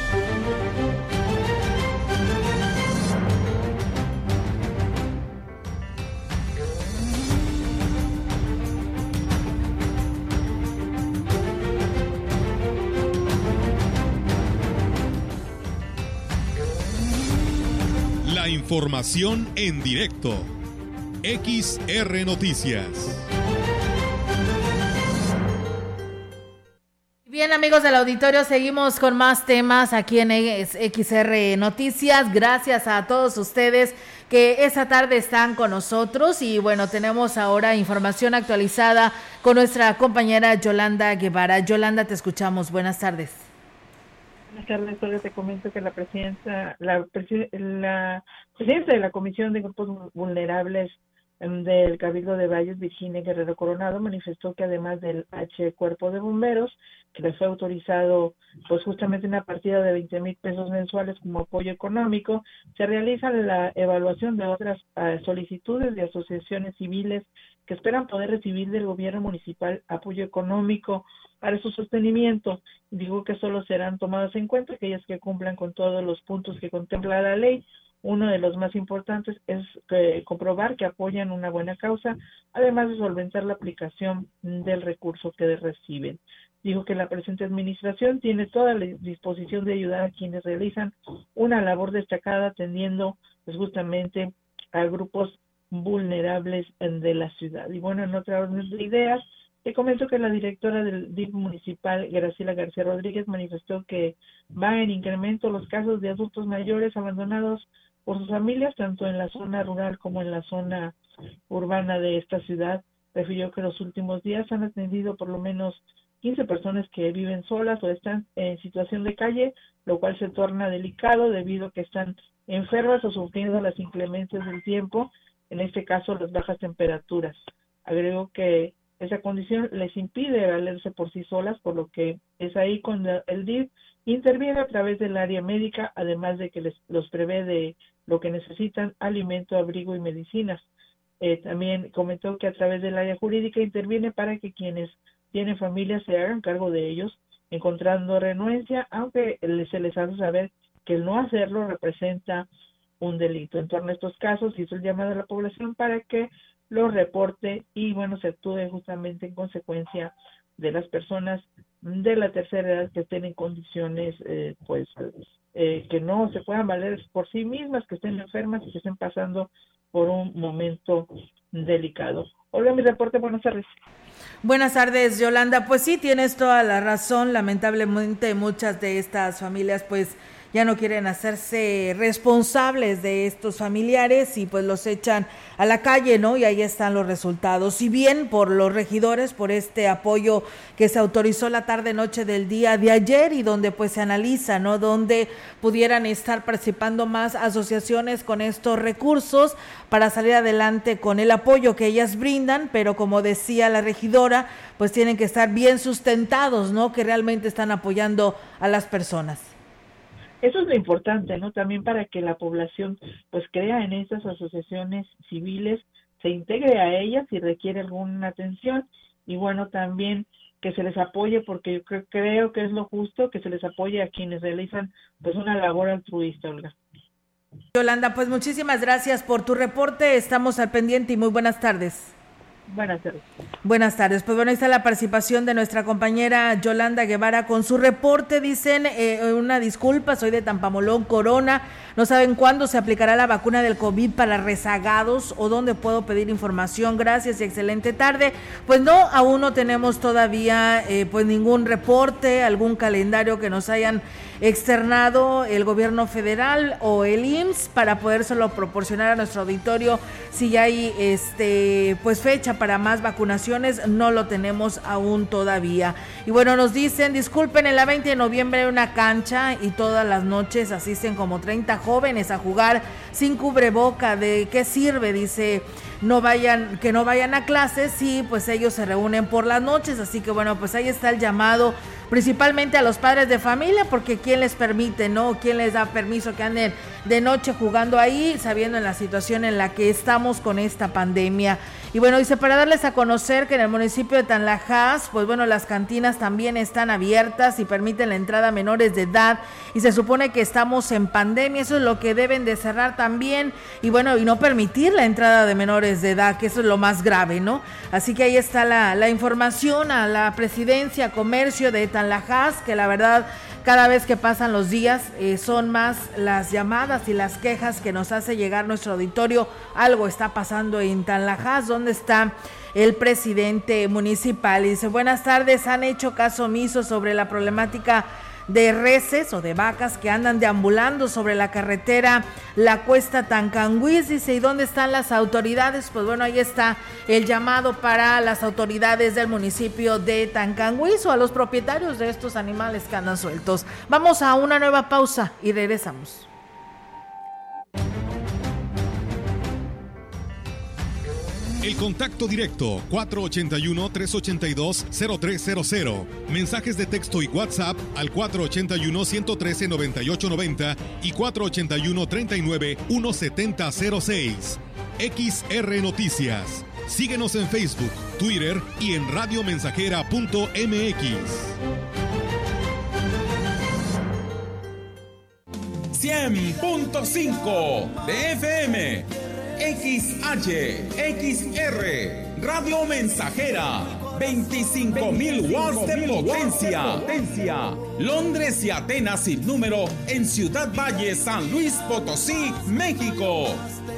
La información en directo. X R Noticias. Bien, amigos del auditorio, seguimos con más temas aquí en X R Noticias. Gracias a todos ustedes que esta tarde están con nosotros y bueno, tenemos ahora información actualizada con nuestra compañera Yolanda Guevara. Yolanda, te escuchamos. Buenas tardes. Buenas tardes, solo te comento que la presidenta, la, la presidenta de la Comisión de Grupos Vulnerables del Cabildo de Valles, Virginia Guerrero Coronado, manifestó que además del H Cuerpo de Bomberos, que les fue autorizado pues justamente una partida de veinte mil pesos mensuales como apoyo económico, se realiza la evaluación de otras uh, solicitudes de asociaciones civiles que esperan poder recibir del gobierno municipal apoyo económico para su sostenimiento. Digo que solo serán tomadas en cuenta aquellas que cumplan con todos los puntos que contempla la ley. Uno de los más importantes es eh, comprobar que apoyan una buena causa, además de solventar la aplicación del recurso que reciben. Dijo que la presente administración tiene toda la disposición de ayudar a quienes realizan una labor destacada atendiendo pues, justamente a grupos vulnerables de la ciudad. Y bueno, en otra orden de ideas, te comento que la directora del D I F municipal, Graciela García Rodríguez, manifestó que va en incremento los casos de adultos mayores abandonados por sus familias, tanto en la zona rural como en la zona urbana de esta ciudad. Refirió que los últimos días han atendido por lo menos quince personas que viven solas o están en situación de calle, lo cual se torna delicado debido a que están enfermas o sufriendo las inclemencias del tiempo, en este caso las bajas temperaturas. Agregó que esa condición les impide valerse por sí solas, por lo que es ahí cuando el D I F interviene a través del área médica, además de que les los prevé de lo que necesitan, alimento, abrigo y medicinas. Eh, también comentó que a través del área jurídica interviene para que quienes tienen familia se hagan cargo de ellos, encontrando renuencia, aunque se les hace saber que el no hacerlo representa un delito. En torno a estos casos hizo el llamado a la población para que lo reporte y bueno, se actúe justamente en consecuencia de las personas de la tercera edad que estén en condiciones eh, pues eh, que no se puedan valer por sí mismas, que estén enfermas y que estén pasando por un momento delicado. Hola, mi reporte, buenas tardes. Buenas tardes, Yolanda. Pues sí, tienes toda la razón. Lamentablemente muchas de estas familias pues ya no quieren hacerse responsables de estos familiares y pues los echan a la calle, ¿no? Y ahí están los resultados. Si bien por los regidores, por este apoyo que se autorizó la tarde-noche del día de ayer y donde pues se analiza, ¿no? Donde pudieran estar participando más asociaciones con estos recursos para salir adelante con el apoyo que ellas brindan, pero como decía la regidora, pues tienen que estar bien sustentados, ¿no? Que realmente están apoyando a las personas. Eso es lo importante, ¿no? También para que la población pues crea en estas asociaciones civiles, se integre a ellas si requiere alguna atención y bueno, también que se les apoye porque yo creo, creo que es lo justo que se les apoye a quienes realizan pues una labor altruista, Olga. Yolanda, pues muchísimas gracias por tu reporte, estamos al pendiente y muy buenas tardes. Buenas tardes. Buenas tardes. Pues bueno, ahí está la participación de nuestra compañera Yolanda Guevara con su reporte. Dicen, eh, una disculpa, soy de Tampamolón, Corona. No saben cuándo se aplicará la vacuna del COVID para rezagados o dónde puedo pedir información. Gracias y excelente tarde. Pues no, aún no tenemos todavía eh, pues ningún reporte, algún calendario que nos hayan externado el gobierno federal o el I M S S para podérselo proporcionar a nuestro auditorio si ya hay este pues fecha para más vacunaciones. No lo tenemos aún todavía. Y bueno, nos dicen, disculpen, en la veinte de noviembre hay una cancha y todas las noches asisten como treinta jóvenes a jugar sin cubreboca. ¿De qué sirve? Dice, no vayan, que no vayan a clases, sí, pues ellos se reúnen por las noches, así que bueno, pues ahí está el llamado principalmente a los padres de familia, porque quién les permite, ¿no? ¿Quién les da permiso que anden de noche jugando ahí, sabiendo en la situación en la que estamos con esta pandemia? Y bueno, dice, para darles a conocer que en el municipio de Tanlajas, pues bueno, las cantinas también están abiertas y permiten la entrada a menores de edad, y se supone que estamos en pandemia, eso es lo que deben de cerrar también, y bueno, y no permitir la entrada de menores de edad, que eso es lo más grave, ¿no? Así que ahí está la, la información a la presidencia, comercio de Tanlajas, que la verdad, cada vez que pasan los días eh, son más las llamadas y las quejas que nos hace llegar nuestro auditorio. Algo está pasando en Tanlajas. ¿Dónde está el presidente municipal? Y dice, buenas tardes, han hecho caso omiso sobre la problemática de reses o de vacas que andan deambulando sobre la carretera La Cuesta Tancanguis. Dice, ¿y dónde están las autoridades? Pues bueno, ahí está el llamado para las autoridades del municipio de Tancanguis o a los propietarios de estos animales que andan sueltos. Vamos a una nueva pausa y regresamos. El contacto directo cuatro ochenta y uno, trescientos ochenta y dos, cero tres cero cero. Mensajes de texto y WhatsApp al cuatro ochenta y uno, ciento trece, noventa y ocho noventa y cuatro ochenta y uno, treinta y nueve, ciento setenta cero seis. X R Noticias. Síguenos en Facebook, Twitter y en radiomensajera punto m x. cien punto cinco de F M. X H X R, Radio Mensajera, veinticinco mil watts de potencia. Londres y Atenas sin número en Ciudad Valle, San Luis Potosí, México.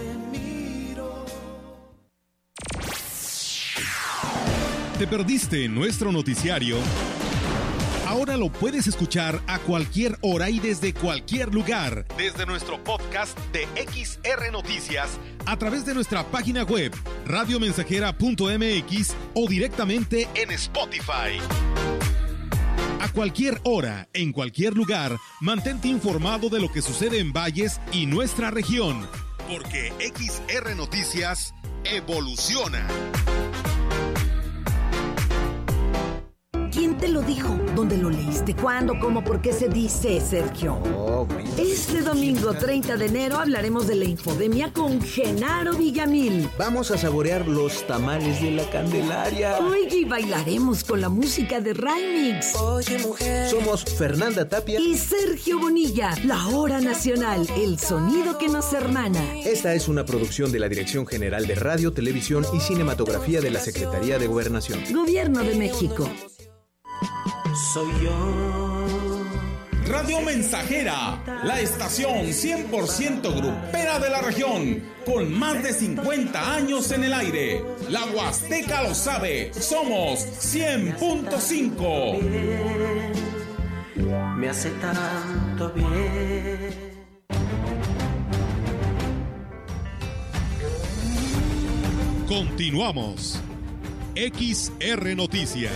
¿Te perdiste nuestro noticiario? Ahora lo puedes escuchar a cualquier hora y desde cualquier lugar, desde nuestro podcast de X R Noticias, a través de nuestra página web, radiomensajera punto m x o directamente en Spotify. A cualquier hora, en cualquier lugar, mantente informado de lo que sucede en Valles y nuestra región, porque X R Noticias evoluciona. ¿Quién te lo dijo? ¿Dónde lo leíste? ¿Cuándo? ¿Cómo? ¿Por qué se dice, Sergio? Oh, este domingo treinta de enero hablaremos de la infodemia con Genaro Villamil. Vamos a saborear los tamales de la Candelaria. Oye, y bailaremos con la música de Raimix. Oye, mujer. Somos Fernanda Tapia y Sergio Bonilla. La Hora Nacional, el sonido que nos hermana. Esta es una producción de la Dirección General de Radio, Televisión y Cinematografía de la Secretaría de Gobernación. Gobierno de México. Soy yo. Radio Mensajera, la estación cien por ciento grupera de la región, con más de cincuenta años en el aire. La Huasteca lo sabe, somos cien punto cinco. me hace tanto bien. Continuamos. X R Noticias.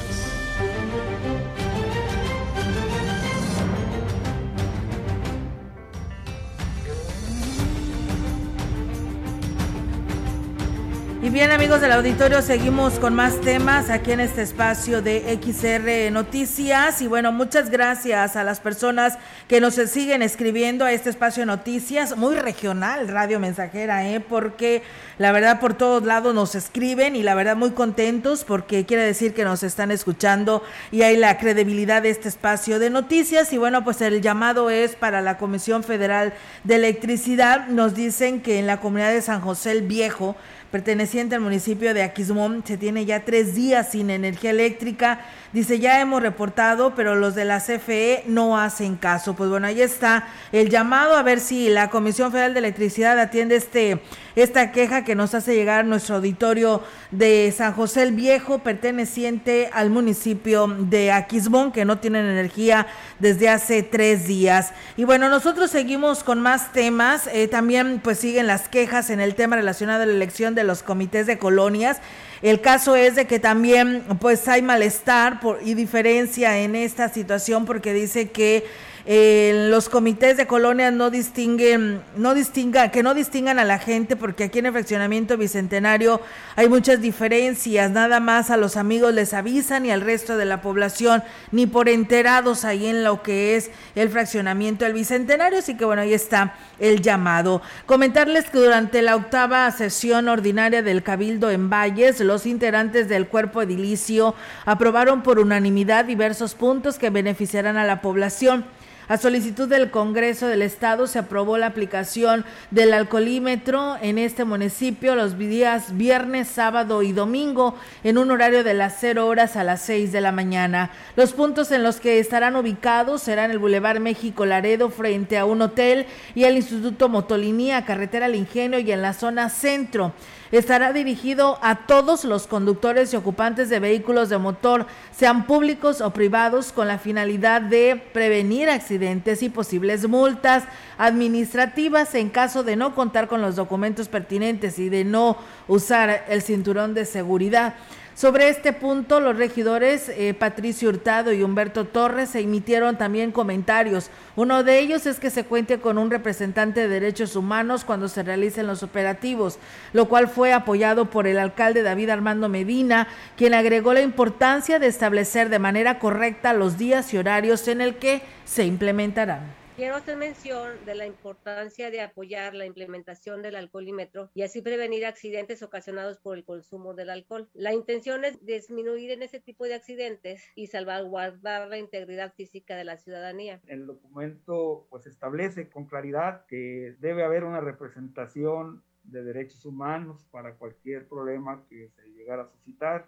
Y bien, amigos del auditorio, seguimos con más temas aquí en este espacio de X R Noticias. Y bueno, muchas gracias a las personas que nos siguen escribiendo a este espacio de noticias, muy regional, Radio Mensajera, ¿eh? Porque la verdad por todos lados nos escriben y la verdad muy contentos porque quiere decir que nos están escuchando y hay la credibilidad de este espacio de noticias. Y bueno, pues el llamado es para la Comisión Federal de Electricidad. Nos dicen que en la comunidad de San José el Viejo, perteneciente al municipio de Aquismón, se tiene ya tres días sin energía eléctrica. Dice, ya hemos reportado, pero los de la C F E no hacen caso. Pues bueno, ahí está el llamado a ver si la Comisión Federal de Electricidad atiende este esta queja que nos hace llegar nuestro auditorio de San José el Viejo, perteneciente al municipio de Aquismón, que no tienen energía desde hace tres días. Y bueno, nosotros seguimos con más temas. Eh, también pues siguen las quejas en el tema relacionado a la elección de los comités de colonias. El caso es de que también pues hay malestar por, y diferencia en esta situación porque dice que eh, los comités de colonias no distinguen, no distingan, que no distingan a la gente porque aquí en el fraccionamiento Bicentenario hay muchas diferencias, nada más a los amigos les avisan y al resto de la población ni por enterados ahí en lo que es el fraccionamiento del Bicentenario, así que bueno, ahí está el llamado. Comentarles que durante la octava sesión ordinaria del Cabildo en Valles, los integrantes del cuerpo edilicio aprobaron por unanimidad diversos puntos que beneficiarán a la población. A solicitud del Congreso del Estado se aprobó la aplicación del alcoholímetro en este municipio los días viernes, sábado y domingo en un horario de las cero horas a las seis de la mañana. Los puntos en los que estarán ubicados serán el Boulevard México Laredo frente a un hotel y el Instituto Motolinía, Carretera al Ingenio y en la zona centro. Estará dirigido a todos los conductores y ocupantes de vehículos de motor, sean públicos o privados, con la finalidad de prevenir accidentes y posibles multas administrativas en caso de no contar con los documentos pertinentes y de no usar el cinturón de seguridad. Sobre este punto, los regidores eh, Patricio Hurtado y Humberto Torres se emitieron también comentarios. Uno de ellos es que se cuente con un representante de derechos humanos cuando se realicen los operativos, lo cual fue apoyado por el alcalde David Armando Medina, quien agregó la importancia de establecer de manera correcta los días y horarios en el que se implementarán. Quiero hacer mención de la importancia de apoyar la implementación del alcoholímetro y así prevenir accidentes ocasionados por el consumo del alcohol. La intención es disminuir en ese tipo de accidentes y salvaguardar la integridad física de la ciudadanía. El documento pues establece con claridad que debe haber una representación de derechos humanos para cualquier problema que se llegara a suscitar.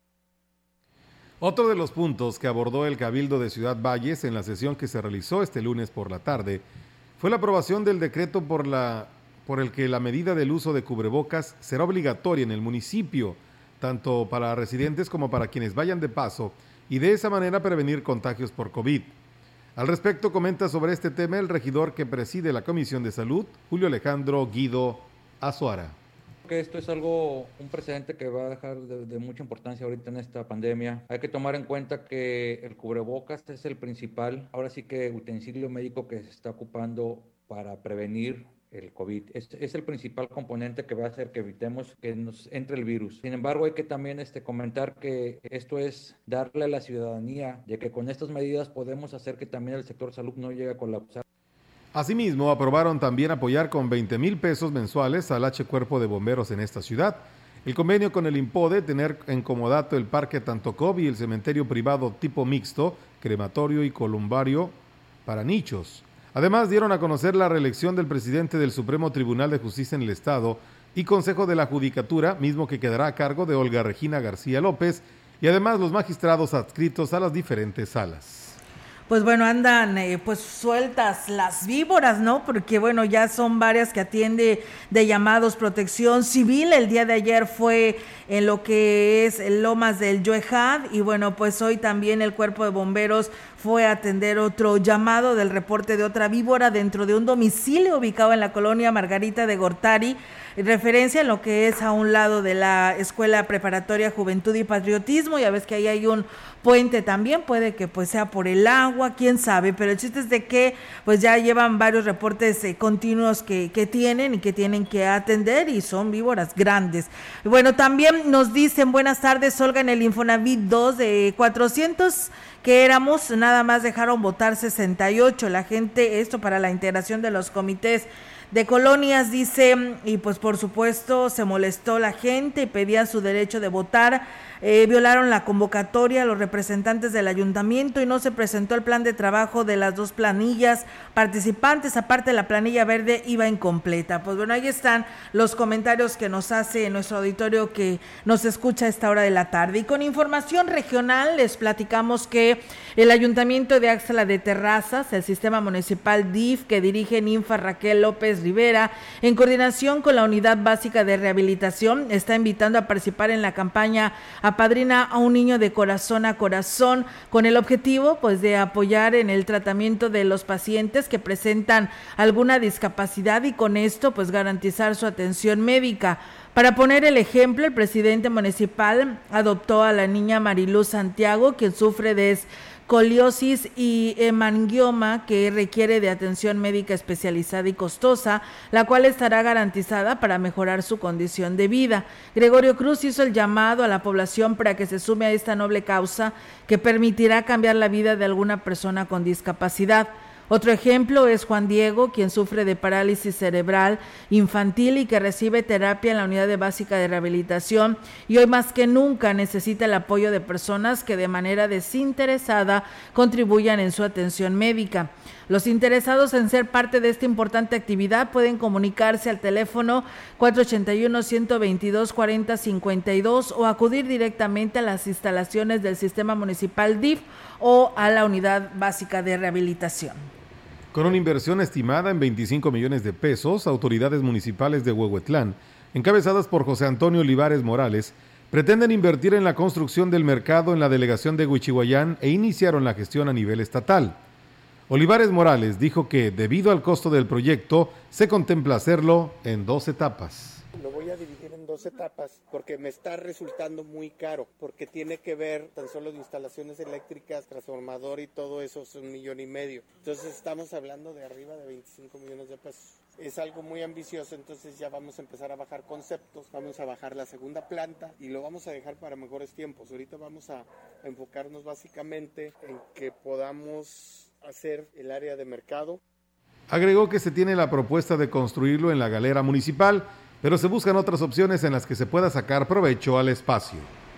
Otro de los puntos que abordó el Cabildo de Ciudad Valles en la sesión que se realizó este lunes por la tarde fue la aprobación del decreto por, la, por el que la medida del uso de cubrebocas será obligatoria en el municipio, tanto para residentes como para quienes vayan de paso, y de esa manera prevenir contagios por COVID. Al respecto comenta sobre este tema el regidor que preside la Comisión de Salud, Julio Alejandro Guido Azuara. Que esto es algo, un precedente que va a dejar de, de mucha importancia ahorita en esta pandemia. Hay que tomar en cuenta que el cubrebocas es el principal, ahora sí que utensilio médico que se está ocupando para prevenir el COVID. Es, es el principal componente que va a hacer que evitemos que nos entre el virus. Sin embargo, hay que también este, comentar que esto es darle a la ciudadanía de que con estas medidas podemos hacer que también el sector salud no llegue a colapsar. Asimismo, aprobaron también apoyar con veinte mil pesos mensuales al H Cuerpo de Bomberos en esta ciudad. El convenio con el INPODE, tener en comodato el Parque Tantocop y el cementerio privado tipo mixto, crematorio y columbario para nichos. Además, dieron a conocer la reelección del presidente del Supremo Tribunal de Justicia en el Estado y Consejo de la Judicatura, mismo que quedará a cargo de Olga Regina García López, y además los magistrados adscritos a las diferentes salas. pues bueno, andan eh, pues sueltas las víboras, ¿no? Porque bueno, ya son varias que atiende de llamados Protección Civil. El día de ayer fue en lo que es Lomas del Yoejad y bueno, pues hoy también el Cuerpo de Bomberos fue a atender otro llamado del reporte de otra víbora dentro de un domicilio ubicado en la colonia Margarita de Gortari, en referencia en lo que es a un lado de la Escuela Preparatoria Juventud y Patriotismo. Ya ves que ahí hay un puente también, puede que pues sea por el agua, quién sabe, pero el chiste es de que pues ya llevan varios reportes eh, continuos que, que tienen y que tienen que atender y son víboras grandes. Bueno, también nos dicen, buenas tardes, Olga, en el Infonavit dos de cuatrocientos que éramos, nada más dejaron votar sesenta y ocho, la gente, esto para la integración de los comités de colonias, dice, y pues por supuesto se molestó la gente y pedía su derecho de votar. Eh, violaron la convocatoria los representantes del ayuntamiento y no se presentó el plan de trabajo de las dos planillas participantes, aparte la planilla verde iba incompleta. Pues bueno, ahí están los comentarios que nos hace nuestro auditorio que nos escucha a esta hora de la tarde. Y con información regional les platicamos que el ayuntamiento de Axtla de Terrazas, el sistema municipal D I F que dirige Ninfa Raquel López Rivera, en coordinación con la Unidad Básica de Rehabilitación, está invitando a participar en la campaña Apadrina a un niño de corazón a corazón, con el objetivo pues de apoyar en el tratamiento de los pacientes que presentan alguna discapacidad y con esto pues garantizar su atención médica. Para poner el ejemplo, el presidente municipal adoptó a la niña Mariluz Santiago, quien sufre de escoliosis y hemangioma que requiere de atención médica especializada y costosa, la cual estará garantizada para mejorar su condición de vida. Gregorio Cruz hizo el llamado a la población para que se sume a esta noble causa que permitirá cambiar la vida de alguna persona con discapacidad. Otro ejemplo es Juan Diego, quien sufre de parálisis cerebral infantil y que recibe terapia en la Unidad de Básica de Rehabilitación y hoy más que nunca necesita el apoyo de personas que de manera desinteresada contribuyan en su atención médica. Los interesados en ser parte de esta importante actividad pueden comunicarse al teléfono cuatro ochenta y uno, ciento veintidós, cuarenta cincuenta y dos o acudir directamente a las instalaciones del Sistema Municipal D I F o a la Unidad Básica de Rehabilitación. Con una inversión estimada en veinticinco millones de pesos, autoridades municipales de Huehuetlán, encabezadas por José Antonio Olivares Morales, pretenden invertir en la construcción del mercado en la delegación de Huichihuayán e iniciaron la gestión a nivel estatal. Olivares Morales dijo que, debido al costo del proyecto, se contempla hacerlo en dos etapas. Lo voy a dividir en dos etapas porque me está resultando muy caro, porque tiene que ver tan solo de instalaciones eléctricas, transformador y todo eso es un millón y medio. Entonces estamos hablando de arriba de veinticinco millones de pesos. Es algo muy ambicioso, entonces ya vamos a empezar a bajar conceptos, vamos a bajar la segunda planta y lo vamos a dejar para mejores tiempos. Ahorita vamos a enfocarnos básicamente en que podamos hacer el área de mercado. Agregó que se tiene la propuesta de construirlo en la galera municipal, pero se buscan otras opciones en las que se pueda sacar provecho al espacio.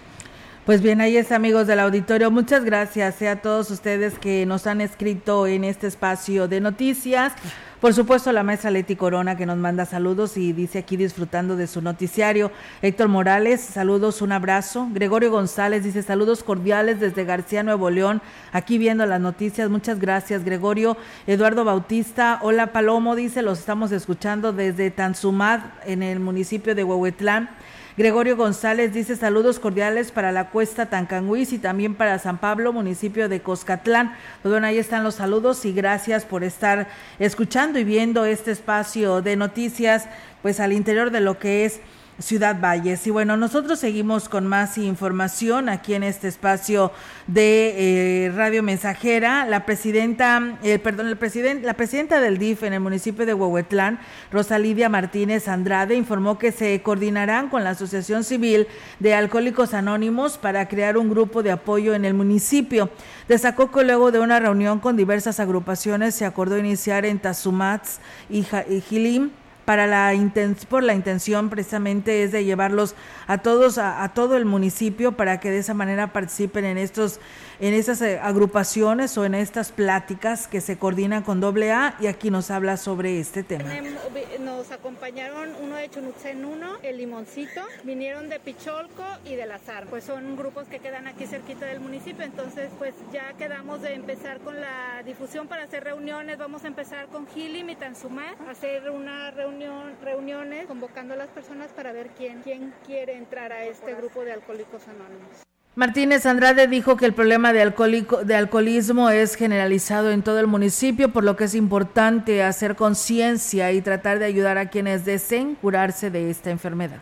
Pues bien, ahí es, amigos del auditorio, muchas gracias a todos ustedes que nos han escrito en este espacio de noticias. Por supuesto, la maestra Leti Corona, que nos manda saludos y dice aquí disfrutando de su noticiario. Héctor Morales, saludos, un abrazo. Gregorio González dice saludos cordiales desde García, Nuevo León, aquí viendo las noticias. Muchas gracias, Gregorio. Eduardo Bautista, hola Palomo, dice, los estamos escuchando desde Tanzumad, en el municipio de Huehuetlán. Gregorio González dice saludos cordiales para la Cuesta Tancanguis y también para San Pablo, municipio de Coscatlán. Pues bueno, ahí están los saludos y gracias por estar escuchando y viendo este espacio de noticias, pues al interior de lo que es Ciudad Valles. Y bueno, nosotros seguimos con más información aquí en este espacio de eh, Radio Mensajera. La presidenta, eh, perdón, el presidente, la presidenta del D I F en el municipio de Huehuetlán, Rosa Lidia Martínez Andrade, informó que se coordinarán con la Asociación Civil de Alcohólicos Anónimos para crear un grupo de apoyo en el municipio. Destacó que luego de una reunión con diversas agrupaciones se acordó iniciar en Tazumats y Jilim para la inten- por la intención precisamente es de llevarlos a todos, a, a todo el municipio para que de esa manera participen en estos, en estas eh, agrupaciones o en estas pláticas que se coordinan con doble A, y aquí nos habla sobre este tema. Nos acompañaron uno de Chunutzen uno, el Limoncito, vinieron de Picholco y de Las Armas, pues son grupos que quedan aquí cerquita del municipio, entonces pues ya quedamos de empezar con la difusión para hacer reuniones, vamos a empezar con Gilim y Tanzumá, hacer una reunión, reuniones convocando a las personas para ver quién, quién quiere entrar a este grupo de Alcohólicos Anónimos. Martínez Andrade dijo que el problema de, alcohólico, de alcoholismo es generalizado en todo el municipio, por lo que es importante hacer conciencia y tratar de ayudar a quienes deseen curarse de esta enfermedad.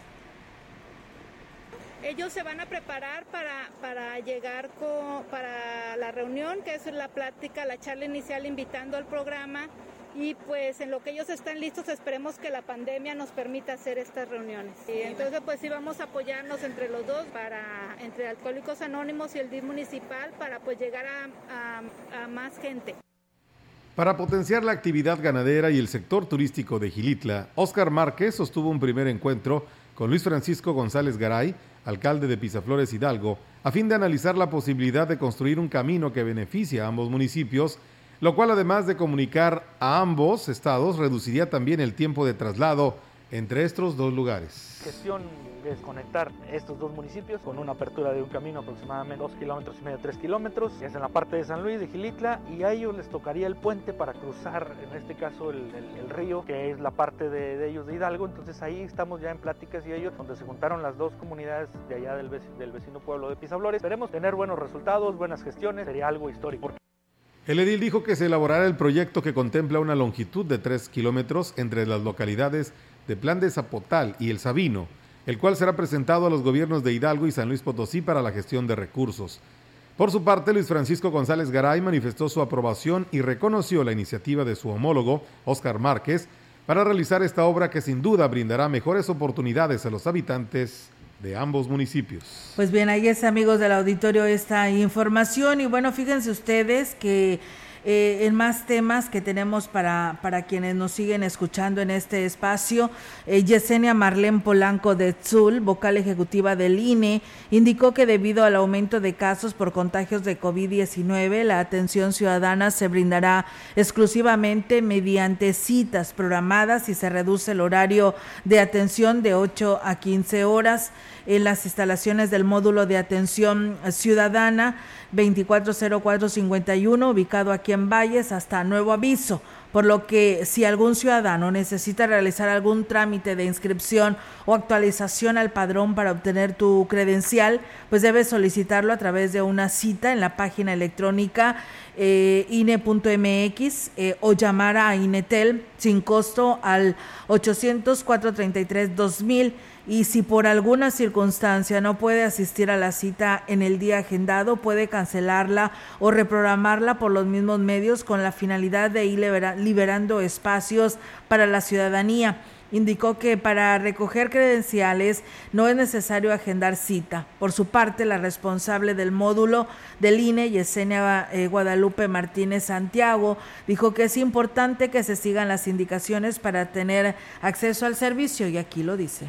Ellos se van a preparar para, para llegar con, para la reunión, que es la plática, la charla inicial invitando al programa. Y pues en lo que ellos están listos, esperemos que la pandemia nos permita hacer estas reuniones. Y entonces pues sí vamos a apoyarnos entre los dos, para entre Alcohólicos Anónimos y el D I F municipal, para pues llegar a, a, a más gente. Para potenciar la actividad ganadera y el sector turístico de Xilitla, Óscar Márquez sostuvo un primer encuentro con Luis Francisco González Garay, alcalde de Pisaflores Hidalgo, a fin de analizar la posibilidad de construir un camino que beneficie a ambos municipios, lo cual además de comunicar a ambos estados, reduciría también el tiempo de traslado entre estos dos lugares. La gestión es conectar estos dos municipios con una apertura de un camino aproximadamente dos kilómetros y medio, tres kilómetros, que es en la parte de San Luis, de Xilitla, y a ellos les tocaría el puente para cruzar, en este caso, el, el, el río, que es la parte de, de ellos de Hidalgo. Entonces ahí estamos ya en pláticas y ellos, donde se juntaron las dos comunidades de allá del, vecino, del vecino pueblo de Pisaflores. Esperemos tener buenos resultados, buenas gestiones, sería algo histórico. El edil dijo que se elaborará el proyecto que contempla una longitud de tres kilómetros entre las localidades de Plan de Zapotal y El Sabino, el cual será presentado a los gobiernos de Hidalgo y San Luis Potosí para la gestión de recursos. Por su parte, Luis Francisco González Garay manifestó su aprobación y reconoció la iniciativa de su homólogo, Óscar Márquez, para realizar esta obra que sin duda brindará mejores oportunidades a los habitantes de ambos municipios. Pues bien, ahí es, amigos del auditorio, esta información. Y bueno, fíjense ustedes que eh, en más temas que tenemos para, para quienes nos siguen escuchando en este espacio, eh, Yesenia Marlén Polanco de Tzul, vocal ejecutiva del I N E, indicó que debido al aumento de casos por contagios de COVID diecinueve, la atención ciudadana se brindará exclusivamente mediante citas programadas y se reduce el horario de atención de ocho a quince horas en las instalaciones del módulo de atención ciudadana veinticuatro cero cuatro cincuenta y uno, ubicado aquí en Valles, hasta nuevo aviso, por lo que si algún ciudadano necesita realizar algún trámite de inscripción o actualización al padrón para obtener tu credencial, pues debes solicitarlo a través de una cita en la página electrónica eh, I N E punto M X eh, o llamar a Inetel sin costo al ochocientos, cuatrocientos treinta y tres, dos mil. Y si por alguna circunstancia no puede asistir a la cita en el día agendado, puede cancelarla o reprogramarla por los mismos medios con la finalidad de ir liberando espacios para la ciudadanía. Indicó que para recoger credenciales no es necesario agendar cita. Por su parte, la responsable del módulo del I N E, Yesenia eh, Guadalupe Martínez Santiago, dijo que es importante que se sigan las indicaciones para tener acceso al servicio, y aquí lo dice.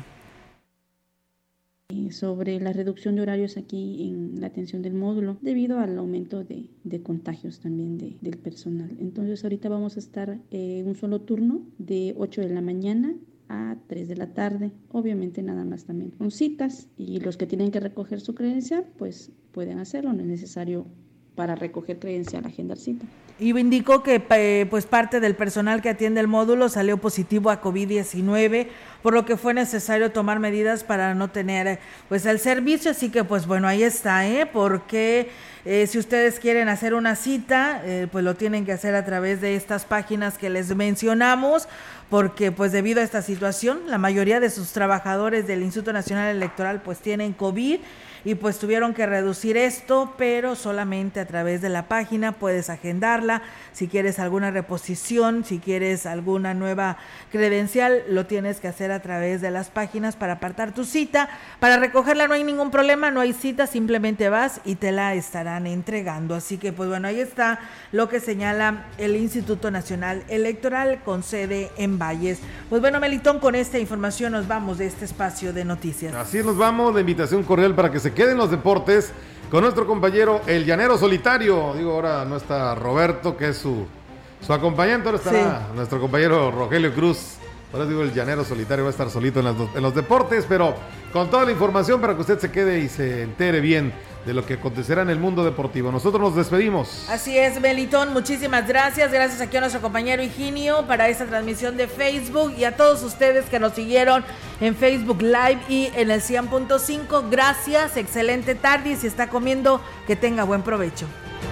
Sobre la reducción de horarios aquí en la atención del módulo debido al aumento de, de contagios también de, del personal. Entonces ahorita vamos a estar en eh, un solo turno de ocho de la mañana a tres de la tarde, obviamente nada más también con citas, y los que tienen que recoger su credencial pues pueden hacerlo, no es necesario para recoger credencial agendar cita. Y indicó que eh, pues parte del personal que atiende el módulo salió positivo a COVID diecinueve, por lo que fue necesario tomar medidas para no tener pues el servicio. Así que pues bueno, ahí está, ¿eh? Porque eh, si ustedes quieren hacer una cita, eh, pues lo tienen que hacer a través de estas páginas que les mencionamos, porque pues debido a esta situación, la mayoría de sus trabajadores del Instituto Nacional Electoral pues tienen COVID. y pues tuvieron que reducir esto, pero solamente a través de la página puedes agendarla. Si quieres alguna reposición, si quieres alguna nueva credencial, lo tienes que hacer a través de las páginas para apartar tu cita. Para recogerla no hay ningún problema, no hay cita, simplemente vas y te la estarán entregando. Así que pues bueno, ahí está lo que señala el Instituto Nacional Electoral con sede en Valles. Pues bueno, Melitón, con esta información nos vamos de este espacio de noticias. Así nos vamos, la invitación cordial para que se queden los deportes con nuestro compañero el Llanero Solitario. Digo, ahora no está Roberto, que es su, su acompañante, ahora estará sí. nuestro compañero Rogelio Cruz. Ahora digo, el Llanero Solitario va a estar solito en, las, en los deportes, pero con toda la información para que usted se quede y se entere bien de lo que acontecerá en el mundo deportivo. Nosotros nos despedimos. Así es, Melitón, muchísimas gracias. Gracias aquí a nuestro compañero Higinio para esta transmisión de Facebook y a todos ustedes que nos siguieron en Facebook Live y en el cien punto cinco. Gracias, excelente tarde y si está comiendo, que tenga buen provecho.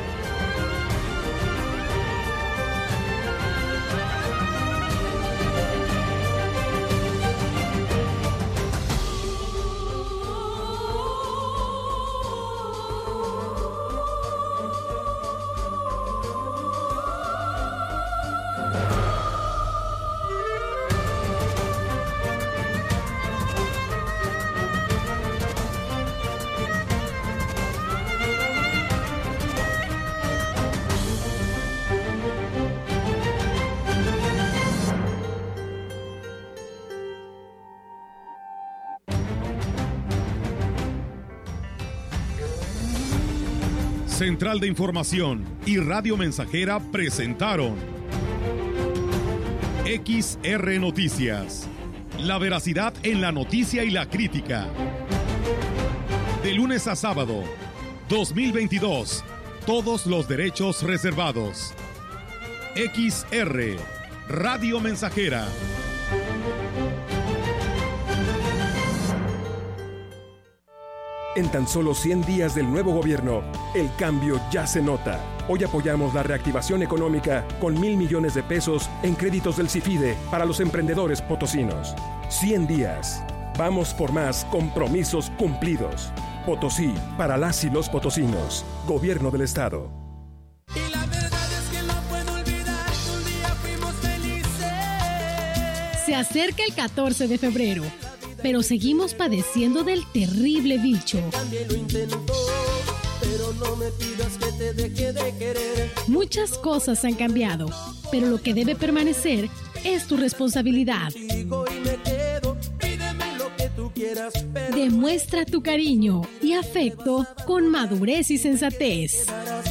Central de Información y Radio Mensajera presentaron X R Noticias. La veracidad en la noticia y la crítica. De lunes a sábado, dos mil veintidós. Todos los derechos reservados. X R, Radio Mensajera. En tan solo cien días del nuevo gobierno, el cambio ya se nota. Hoy apoyamos la reactivación económica con mil millones de pesos en créditos del CIFIDE para los emprendedores potosinos. cien días. Vamos por más compromisos cumplidos. Potosí, para las y los potosinos. Gobierno del Estado. Y la verdad es que no puedo olvidar que un día fuimos felices. Se acerca el catorce de febrero. Pero seguimos padeciendo del terrible bicho. Muchas cosas han cambiado, pero lo que debe permanecer es tu responsabilidad. Demuestra tu cariño y afecto con madurez y sensatez.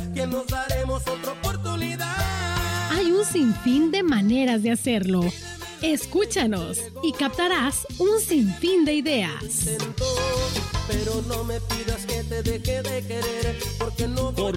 Hay un sinfín de maneras de hacerlo. Escúchanos y captarás un sinfín de ideas. Pero no me pidas que te deje de querer, porque no voy